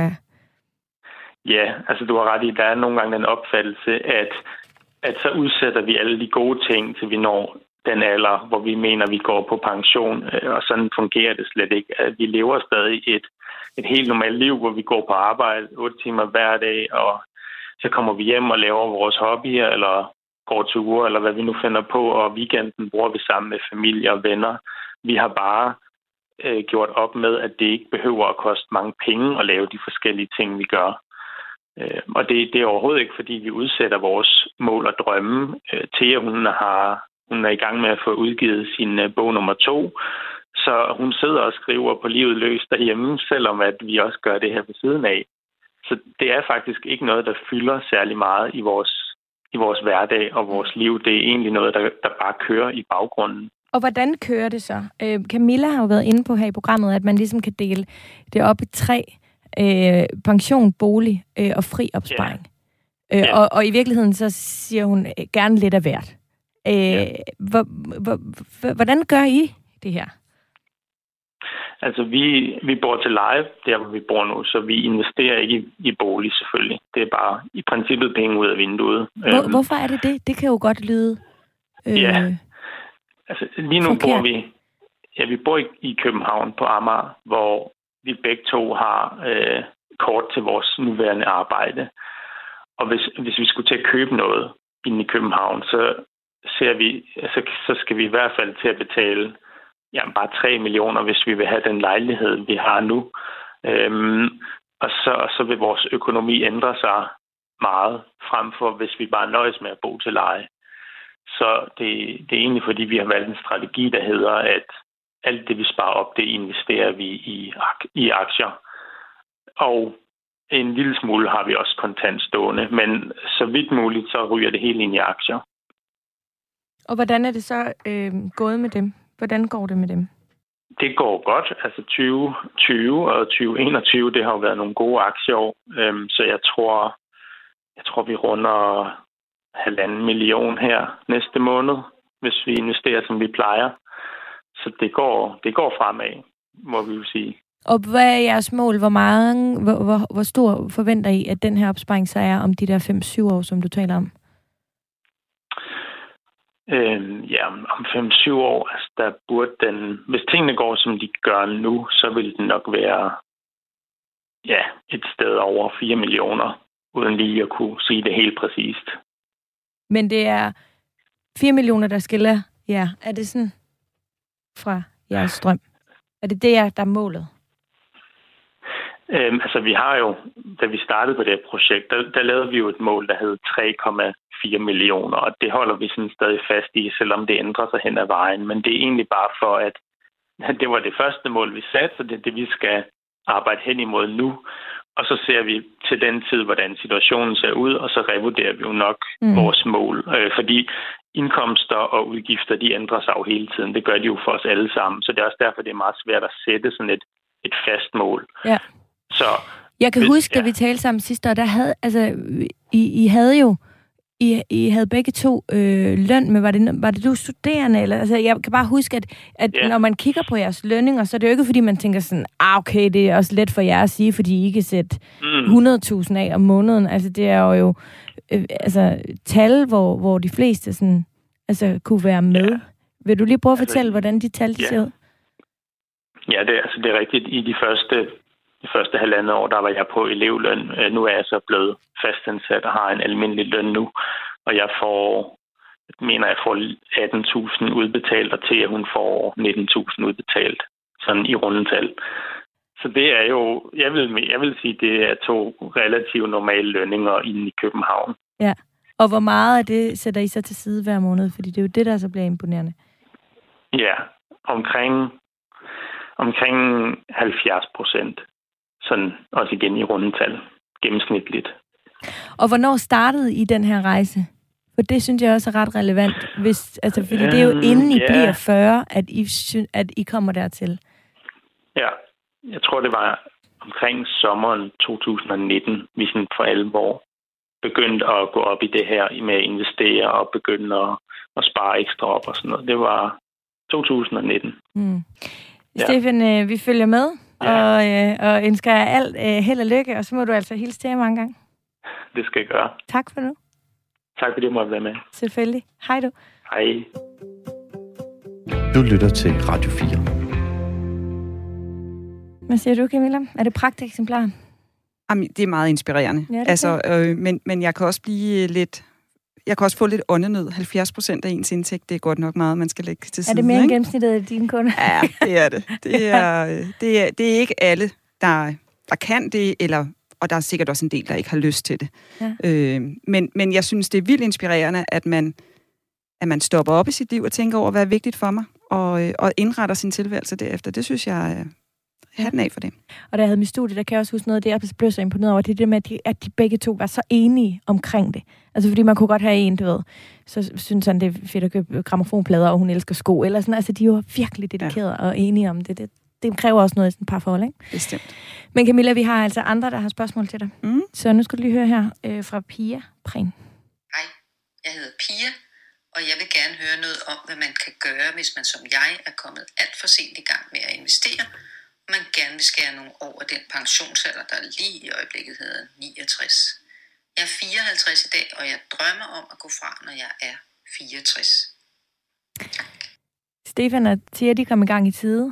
Ja, altså du har ret i, der er nogle gange den opfattelse, at så udsætter vi alle de gode ting, til vi når den alder, hvor vi mener, vi går på pension, og sådan fungerer det slet ikke. At vi lever stadig et helt normalt liv, hvor vi går på arbejde 8 timer hver dag, og så kommer vi hjem og laver vores hobbyer, eller går ture, eller hvad vi nu finder på, og weekenden bruger vi sammen med familie og venner. Vi har bare gjort op med, at det ikke behøver at koste mange penge at lave de forskellige ting, vi gør. Og det er overhovedet ikke, fordi vi udsætter vores mål og drømme til, at hun er i gang med at få udgivet sin bog nummer 2. Så hun sidder og skriver på livet løs derhjemme, selvom at vi også gør det her ved siden af. Så det er faktisk ikke noget, der fylder særlig meget i vores hverdag og vores liv. Det er egentlig noget, der bare kører i baggrunden. Og hvordan kører det så? Camilla har jo været inde på her i programmet, at man ligesom kan dele det op i 3. Pension, bolig og fri opsparing. Og i virkeligheden så siger hun gerne lidt af hvert. Hvordan gør I det her? Altså, vi bor til leje, der hvor vi bor nu, så vi investerer ikke i bolig selvfølgelig. Det er bare i princippet penge ud af vinduet. Hvorfor er det det? Det kan jo godt lyde altså lige nu forkert. Vi bor i København på Amager, hvor vi begge to har kort til vores nuværende arbejde. Og hvis vi skulle til at købe noget inde i København, så skal vi i hvert fald til at betale bare 3 millioner, hvis vi vil have den lejlighed, vi har nu. Og så vil vores økonomi ændre sig meget, frem for hvis vi bare nøjes med at bo til leje. Så det er egentlig, fordi vi har valgt en strategi, der hedder, at alt det, vi sparer op, det investerer vi i aktier. Og en lille smule har vi også kontant stående, men så vidt muligt, så ryger det hele ind i aktier. Og hvordan er det så gået med dem? Hvordan går det med dem? Det går godt. Altså 2020 og 2021, det har jo været nogle gode aktieår. Så jeg tror, vi runder 1,5 million her næste måned, hvis vi investerer, som vi plejer. Så det går fremad, må vi jo sige. Og hvad er jeres mål? Hvor stor forventer I, at den her opsparing så er om de der 5-7 år, som du taler om? Om 5-7 år, altså der burde den... Hvis tingene går, som de gør nu, så vil den nok være et sted over 4 millioner, uden lige at kunne sige det helt præcist. Men det er 4 millioner, der skiller jer. Er det sådan fra jeres strøm? Er det der er målet? Altså vi har jo, da vi startede på det her projekt, der lavede vi jo et mål, der hed 3,4 millioner, og det holder vi sådan stadig fast i, selvom det ændrer sig hen ad vejen. Men det er egentlig bare for, at det var det første mål, vi satte, så det er det, vi skal arbejde hen imod nu. Og så ser vi til den tid, hvordan situationen ser ud, og så revurderer vi jo nok vores mål. Fordi indkomster og udgifter, de ændrer sig jo hele tiden. Det gør de jo for os alle sammen. Så det er også derfor, det er meget svært at sætte sådan et fast mål. Ja. Så, jeg kan huske, da vi talte sammen sidste år, der havde, I havde begge to løn, men var det du studerende? Eller, altså, jeg kan bare huske, at når man kigger på jeres lønninger, så er det jo ikke, fordi man tænker sådan, okay, det er også let for jer at sige, fordi I kan sætte 100.000 af om måneden. Altså, det er jo tal, hvor de fleste sådan, kunne være med. Ja. Vil du lige prøve at fortælle, hvordan de tal de ser ud? Ja, det er rigtigt. I de første 1,5 år, der var jeg på elevløn. Nu er jeg så blevet fastansat og har en almindelig løn nu. Og jeg får 18.000 udbetalt, og til at hun får 19.000 udbetalt. Sådan i rundetal. Så det er jo, jeg vil sige, det er 2 relativt normale lønninger inde i København. Ja, og hvor meget af det sætter I så til side hver måned? Fordi det er jo det, der så bliver imponerende. Ja, omkring 70%. Sådan også igen i rundetal, gennemsnitligt. Og hvornår startede I den her rejse? For det synes jeg også er ret relevant, fordi det er jo inden I bliver 40, at I kommer dertil. Ja, jeg tror, det var omkring sommeren 2019, vi sådan for alvor begyndte at gå op i det her med at investere og begynde at spare ekstra op og sådan noget. Det var 2019. Ja. Stefan, vi følger med og ønsker jer alt held og lykke, og så må du altså hilse til jer mange gange. Det skal jeg gøre. Tak for nu. Tak fordi du måtte være med. Selvfølgelig. Hej du. Hej. Du lytter til Radio 4. Hvad siger du, Camilla? Er det pragteksemplar? Jamen, det er meget inspirerende. Ja, men jeg kan også blive lidt... Jeg kan også få lidt åndenød. 70% af ens indtægt, det er godt nok meget, man skal lægge til side. Er det mere end gennemsnittet af dine kunder? Ja, det er det. Det er ikke alle, der kan det, og der er sikkert også en del, der ikke har lyst til det. Ja. Men jeg synes, det er vildt inspirerende, at man stopper op i sit liv og tænker over, hvad er vigtigt for mig, og indretter sin tilværelse derefter. Det synes jeg hatten af for det. Og da jeg havde mit studie, der kan jeg også huske noget af det, jeg blev så imponeret over, det er det med, at de begge to var så enige omkring det. Altså, fordi man kunne godt have en, du ved, så synes han, det er fedt at købe grammofonplader, og hun elsker sko, eller sådan. Altså, de var virkelig dedikerede og enige om det. Det kræver også noget i sådan et parforhold, ikke? Bestemt. Men Camilla, vi har altså andre, der har spørgsmål til dig. Så nu skal du lige høre her fra Pia Prehn. Hej, jeg hedder Pia, og jeg vil gerne høre noget om, hvad man kan gøre, hvis man som jeg er kommet alt for sent i gang med at investere, og man gerne vil skære nogle år af den pensionsalder, der lige i øjeblikket hedder 69. Jeg er 54 i dag, og jeg drømmer om at gå fra, når jeg er 64. Tak. Stefan og Tia, de kom i gang i tide.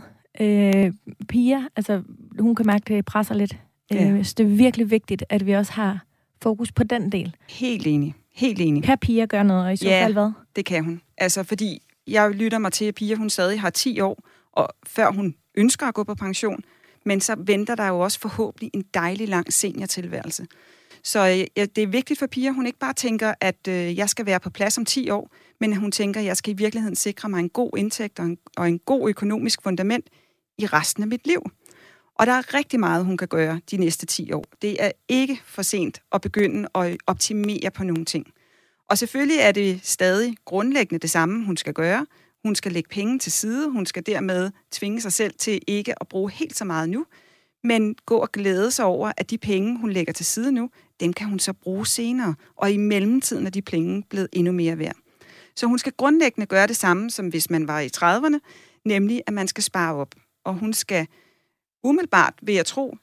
Pia, altså hun kan mærke, at det presser lidt. Så det er virkelig vigtigt, at vi også har fokus på den del. Helt enig. Kan Pia gøre noget, og i så fald hvad? Det kan hun. Altså, fordi jeg lytter mig til, at Pia, hun stadig har 10 år, og før hun ønsker at gå på pension, men så venter der jo også forhåbentlig en dejlig lang seniortilværelse. Så det er vigtigt for Pia, hun ikke bare tænker, at jeg skal være på plads om 10 år, men hun tænker, at jeg skal i virkeligheden sikre mig en god indtægt og en god økonomisk fundament i resten af mit liv. Og der er rigtig meget, hun kan gøre de næste 10 år. Det er ikke for sent at begynde at optimere på nogle ting. Og selvfølgelig er det stadig grundlæggende det samme, hun skal gøre. Hun skal lægge penge til side. Hun skal dermed tvinge sig selv til ikke at bruge helt så meget nu, men gå og glæde sig over, at de penge, hun lægger til side nu, dem kan hun så bruge senere. Og i mellemtiden er de penge blevet endnu mere værd. Så hun skal grundlæggende gøre det samme, som hvis man var i 30'erne, nemlig at man skal spare op. Og hun skal umiddelbart, vil jeg tro,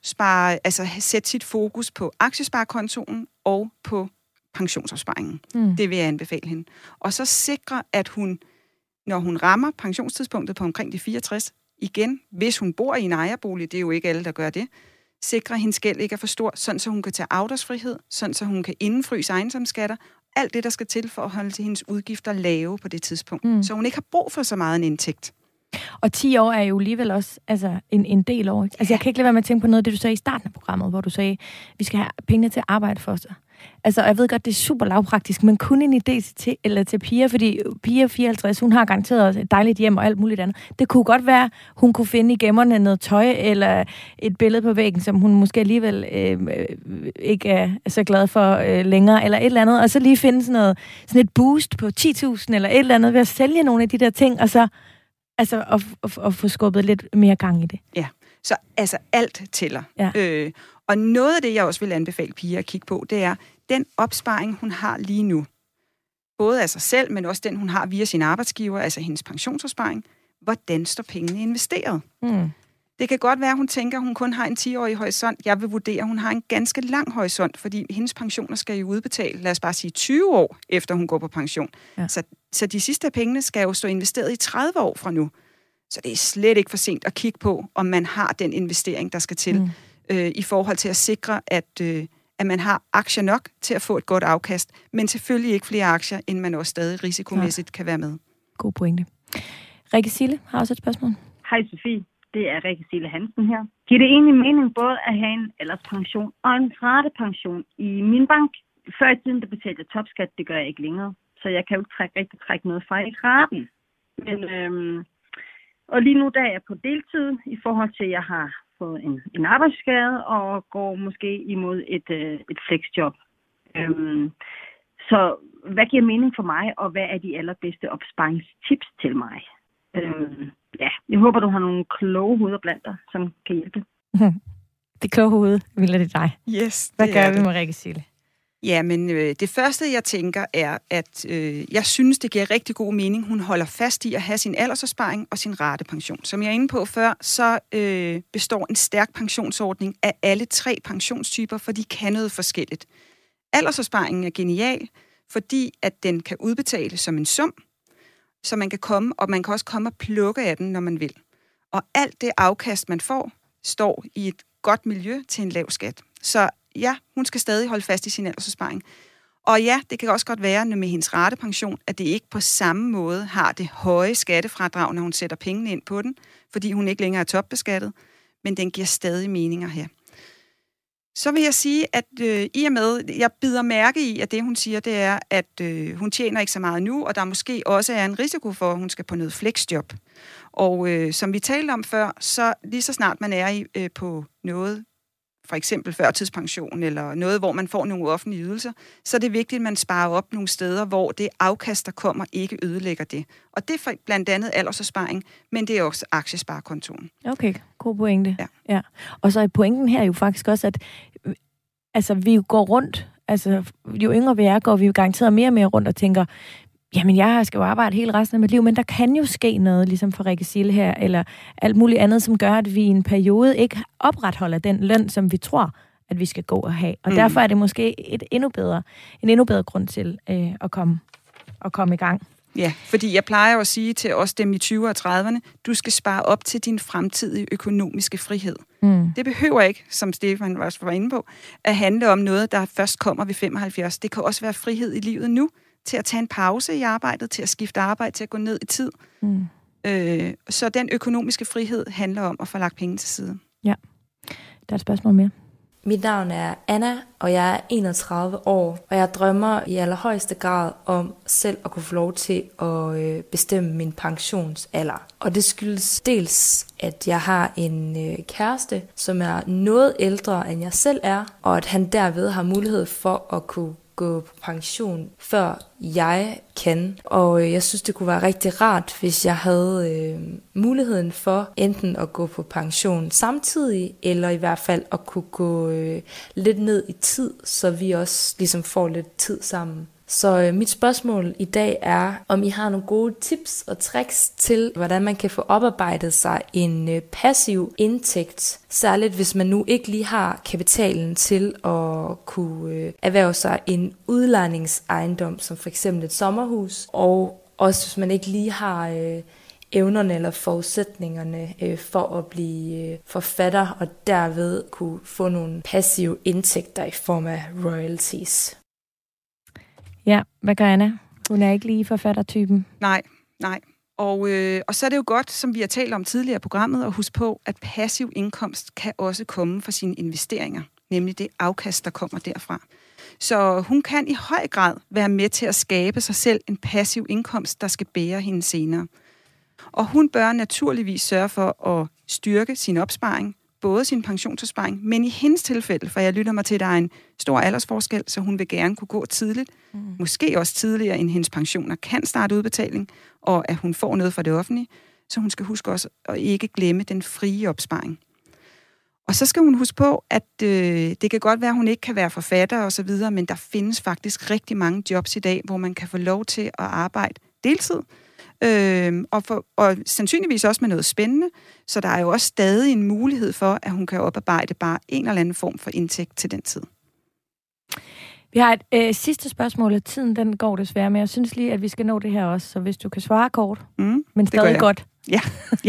sætte sit fokus på aktiesparekontoen og på pensionsopsparingen. Det vil jeg anbefale hende. Og så sikre, at hun, når hun rammer pensionstidspunktet på omkring de 64, igen, hvis hun bor i en ejerbolig, det er jo ikke alle, der gør det, sikre, at hendes gæld ikke er for stor, sådan så hun kan tage afdragsfrihed, sådan så hun kan indfryse ejendomsskatter, alt det, der skal til for at holde til hendes udgifter lave på det tidspunkt. Så hun ikke har brug for så meget en indtægt. Og 10 år er jo alligevel også en del år. Altså, jeg kan ikke lade være med at tænke på noget af det, du sagde i starten af programmet, hvor du sagde, at vi skal have pengene til at arbejde for sig. Altså, jeg ved godt, det er super lavpraktisk, men kun en idé til Pia, fordi Pia 54, hun har garanteret også et dejligt hjem og alt muligt andet. Det kunne godt være, hun kunne finde i gemmerne noget tøj eller et billede på væggen, som hun måske alligevel ikke er så glad for længere, eller et eller andet, og så lige finde sådan et boost på 10.000 eller et eller andet ved at sælge nogle af de der ting, og så at få skubbet lidt mere gang i det. Ja, så altså alt tæller. Ja. Og noget af det, jeg også vil anbefale Pia at kigge på, det er den opsparing, hun har lige nu. Både af sig selv, men også den, hun har via sin arbejdsgiver, altså hendes pensionsopsparing. Hvordan står pengene investeret? Det kan godt være, at hun tænker, at hun kun har en 10-årig horisont. Jeg vil vurdere, at hun har en ganske lang horisont, fordi hendes pensioner skal jo udbetale, lad os bare sige 20 år, efter hun går på pension. Ja. Så de sidste af pengene skal jo stå investeret i 30 år fra nu. Så det er slet ikke for sent at kigge på, om man har den investering, der skal til, i forhold til at sikre, at man har aktier nok til at få et godt afkast, men selvfølgelig ikke flere aktier, end man også stadig risikomæssigt kan være med. God pointe. Rikke Sille har også et spørgsmål. Hej Sofie, det er Rikke Sille Hansen her. Giver det egentlig mening både at have en alderspension og en ratepension? I min bank, før i tiden, der betalte jeg topskat, det gør jeg ikke længere. Så jeg kan jo ikke trække noget fra i raten. Men, og lige nu der er jeg på deltid i forhold til, at jeg har fået en arbejdsskade og går måske imod et flexjob. Så hvad giver mening for mig, og hvad er de allerbedste opsparingstips til mig? Jeg håber, du har nogle kloge hoveder blandt dig, som kan hjælpe. Det kloge hoved, Vilde, det dig. Yes, hvad gør vi med Rikke Sille? Ja, men det første, jeg tænker, er, at jeg synes, det giver rigtig god mening. Hun holder fast i at have sin aldersopsparing og sin ratepension. Som jeg er inde på før, så består en stærk pensionsordning af alle 3 pensionstyper, for de kan noget forskelligt. Aldersopsparingen er genial, fordi at den kan udbetales som en sum, så man kan komme, og man kan også komme og plukke af den, når man vil. Og alt det afkast, man får, står i et godt miljø til en lav skat. Så ja, hun skal stadig holde fast i sin aldersopsparing. Og ja, det kan også godt være med hendes ratepension, at det ikke på samme måde har det høje skattefradrag, når hun sætter pengene ind på den, fordi hun ikke længere er topbeskattet, men den giver stadig meninger her. Så vil jeg sige, at i og med, jeg bider mærke i, at det hun siger, det er, at hun tjener ikke så meget nu, og der måske også er en risiko for, at hun skal på noget flexjob. Og som vi talte om før, så lige så snart man er på noget, for eksempel førtidspension eller noget, hvor man får nogle offentlige ydelser, så er det vigtigt, at man sparer op nogle steder, hvor det afkast, der kommer, ikke ødelægger det. Og det er blandt andet aldersopsparing, men det er også aktiesparekontoen. Okay, god pointe. Ja. Og så er pointen her jo faktisk også, at vi går rundt, jo yngre vi er, går vi jo garanteret mere og mere rundt og tænker, jamen, jeg skal jo arbejde hele resten af mit liv, men der kan jo ske noget, ligesom for Rikke Sille her, eller alt muligt andet, som gør, at vi i en periode ikke opretholder den løn, som vi tror, at vi skal gå og have. Og derfor er det måske en endnu bedre grund til at komme i gang. Ja, fordi jeg plejer at sige til os dem i 20'erne og 30'erne, du skal spare op til din fremtidige økonomiske frihed. Det behøver ikke, som Stefan også var inde på, at handle om noget, der først kommer ved 75. Det kan også være frihed i livet nu, til at tage en pause i arbejdet, til at skifte arbejde, til at gå ned i tid. Så den økonomiske frihed handler om at få lagt penge til side. Ja, der er et spørgsmål mere. Mit navn er Anna, og jeg er 31 år, og jeg drømmer i allerhøjeste grad om selv at kunne få lov til at bestemme min pensionsalder. Og det skyldes dels, at jeg har en kæreste, som er noget ældre end jeg selv er, og at han derved har mulighed for at kunne gå på pension, før jeg kan. Og jeg synes, det kunne være rigtig rart, hvis jeg havde muligheden for enten at gå på pension samtidig, eller i hvert fald at kunne gå lidt ned i tid, så vi også ligesom får lidt tid sammen. Så mit spørgsmål i dag er, om I har nogle gode tips og tricks til, hvordan man kan få oparbejdet sig en passiv indtægt, særligt hvis man nu ikke lige har kapitalen til at kunne erhverve sig en udlejningsejendom, som for eksempel et sommerhus, og også hvis man ikke lige har evnerne eller forudsætningerne for at blive forfatter, og derved kunne få nogle passive indtægter i form af royalties. Ja, hvad gør Anna? Hun er ikke lige forfattertypen. Nej. Og så er det jo godt, som vi har talt om tidligere i programmet, at huske på, at passiv indkomst kan også komme fra sine investeringer, nemlig det afkast, der kommer derfra. Så hun kan i høj grad være med til at skabe sig selv en passiv indkomst, der skal bære hende senere. Og hun bør naturligvis sørge for at styrke sin opsparing, både sin pensionsopsparing, men i hendes tilfælde, for jeg lytter mig til, at der er en stor aldersforskel, så hun vil gerne kunne gå tidligt, måske også tidligere end hendes pensioner kan starte udbetaling, og at hun får noget fra det offentlige, så hun skal huske også at ikke glemme den frie opsparing. Og så skal hun huske på, at det kan godt være, at hun ikke kan være forfatter og så videre, men der findes faktisk rigtig mange jobs i dag, hvor man kan få lov til at arbejde deltid, og sandsynligvis også med noget spændende, så der er jo også stadig en mulighed for, at hun kan oparbejde bare en eller anden form for indtægt til den tid. Vi har et sidste spørgsmål, og tiden den går desværre, men jeg synes lige, at vi skal nå det her også, så hvis du kan svare kort, men stadig godt. Ja.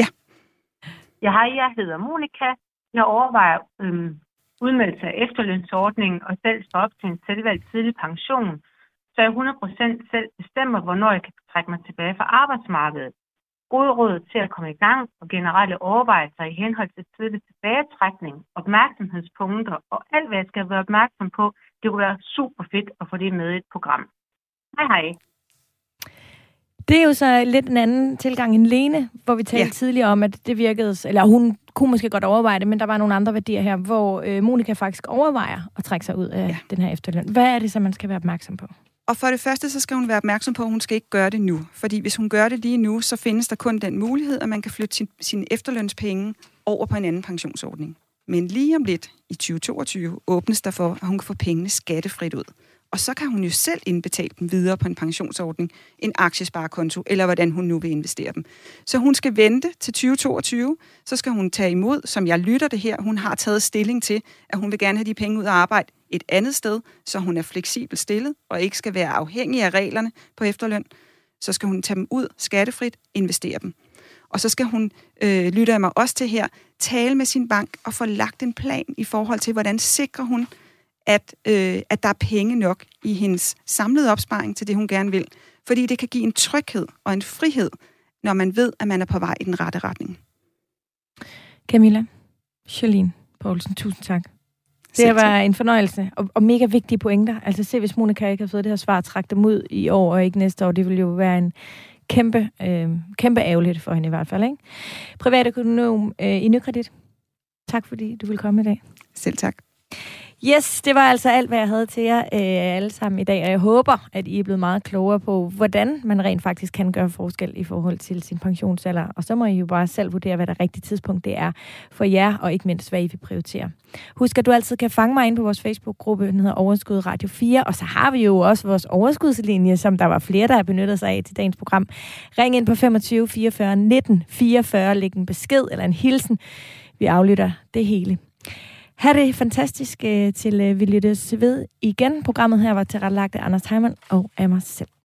Ja, hej, jeg hedder Monika. Jeg overvejer udmeldelse af efterlønsordningen og selv stå op til en selvvalgt tidlig pension, så jeg 100% selv bestemmer, hvornår jeg kan trække mig tilbage fra arbejdsmarkedet. Gode råd til at komme i gang og generelle overvejelser i henhold til tidlig tilbagetrækning, opmærksomhedspunkter og alt, hvad jeg skal være opmærksom på, det kunne være super fedt at få det med i et program. Hej. Det er jo så lidt en anden tilgang end Lene, hvor vi talte tidligere om, at det virkede, eller hun kunne måske godt overveje det, men der var nogle andre værdier her, hvor Monika faktisk overvejer at trække sig ud af den her efterløn. Hvad er det så, man skal være opmærksom på? Og for det første, så skal hun være opmærksom på, at hun skal ikke gøre det nu. Fordi hvis hun gør det lige nu, så findes der kun den mulighed, at man kan flytte sine efterlønspenge over på en anden pensionsordning. Men lige om lidt, i 2022, åbnes der for, at hun kan få pengene skattefrit ud. Og så kan hun jo selv indbetale dem videre på en pensionsordning, en aktiesparekonto, eller hvordan hun nu vil investere dem. Så hun skal vente til 2022, så skal hun tage imod, som jeg lytter det her, hun har taget stilling til, at hun vil gerne have de penge ud af arbejde et andet sted, så hun er fleksibelt stillet, og ikke skal være afhængig af reglerne på efterløn. Så skal hun tage dem ud skattefrit, investere dem. Og så skal hun, lytter jeg mig også til her, tale med sin bank og få lagt en plan i forhold til, hvordan sikrer hun, at der er penge nok i hendes samlede opsparing til det, hun gerne vil. Fordi det kan give en tryghed og en frihed, når man ved, at man er på vej i den rette retning. Camilla Sjølin Poulsen, tusind tak. Det var en fornøjelse, og mega vigtige pointer. Altså se, hvis Monica ikke har fået det her svar, træk dem ud i år og ikke næste år. Det vil jo være en kæmpe ærgerligt for hende i hvert fald, ikke? Privatøkonom i Nykredit. Tak fordi du ville komme i dag. Selv tak. Yes, det var altså alt, hvad jeg havde til jer alle sammen i dag, og jeg håber, at I er blevet meget klogere på, hvordan man rent faktisk kan gøre forskel i forhold til sin pensionsalder. Og så må I jo bare selv vurdere, hvad det rigtige tidspunkt det er for jer, og ikke mindst, hvad I vil prioritere. Husk, at du altid kan fange mig ind på vores Facebook-gruppe, den hedder Overskud Radio 4, og så har vi jo også vores overskudslinje, som der var flere, der har benyttet sig af til dagens program. Ring ind på 25 44 19 44, læg en besked eller en hilsen. Vi aflytter det hele. Ha' det fantastisk til vi lyttes ved igen. Programmet her var tilrettelagt af Anders Heimann og af mig selv.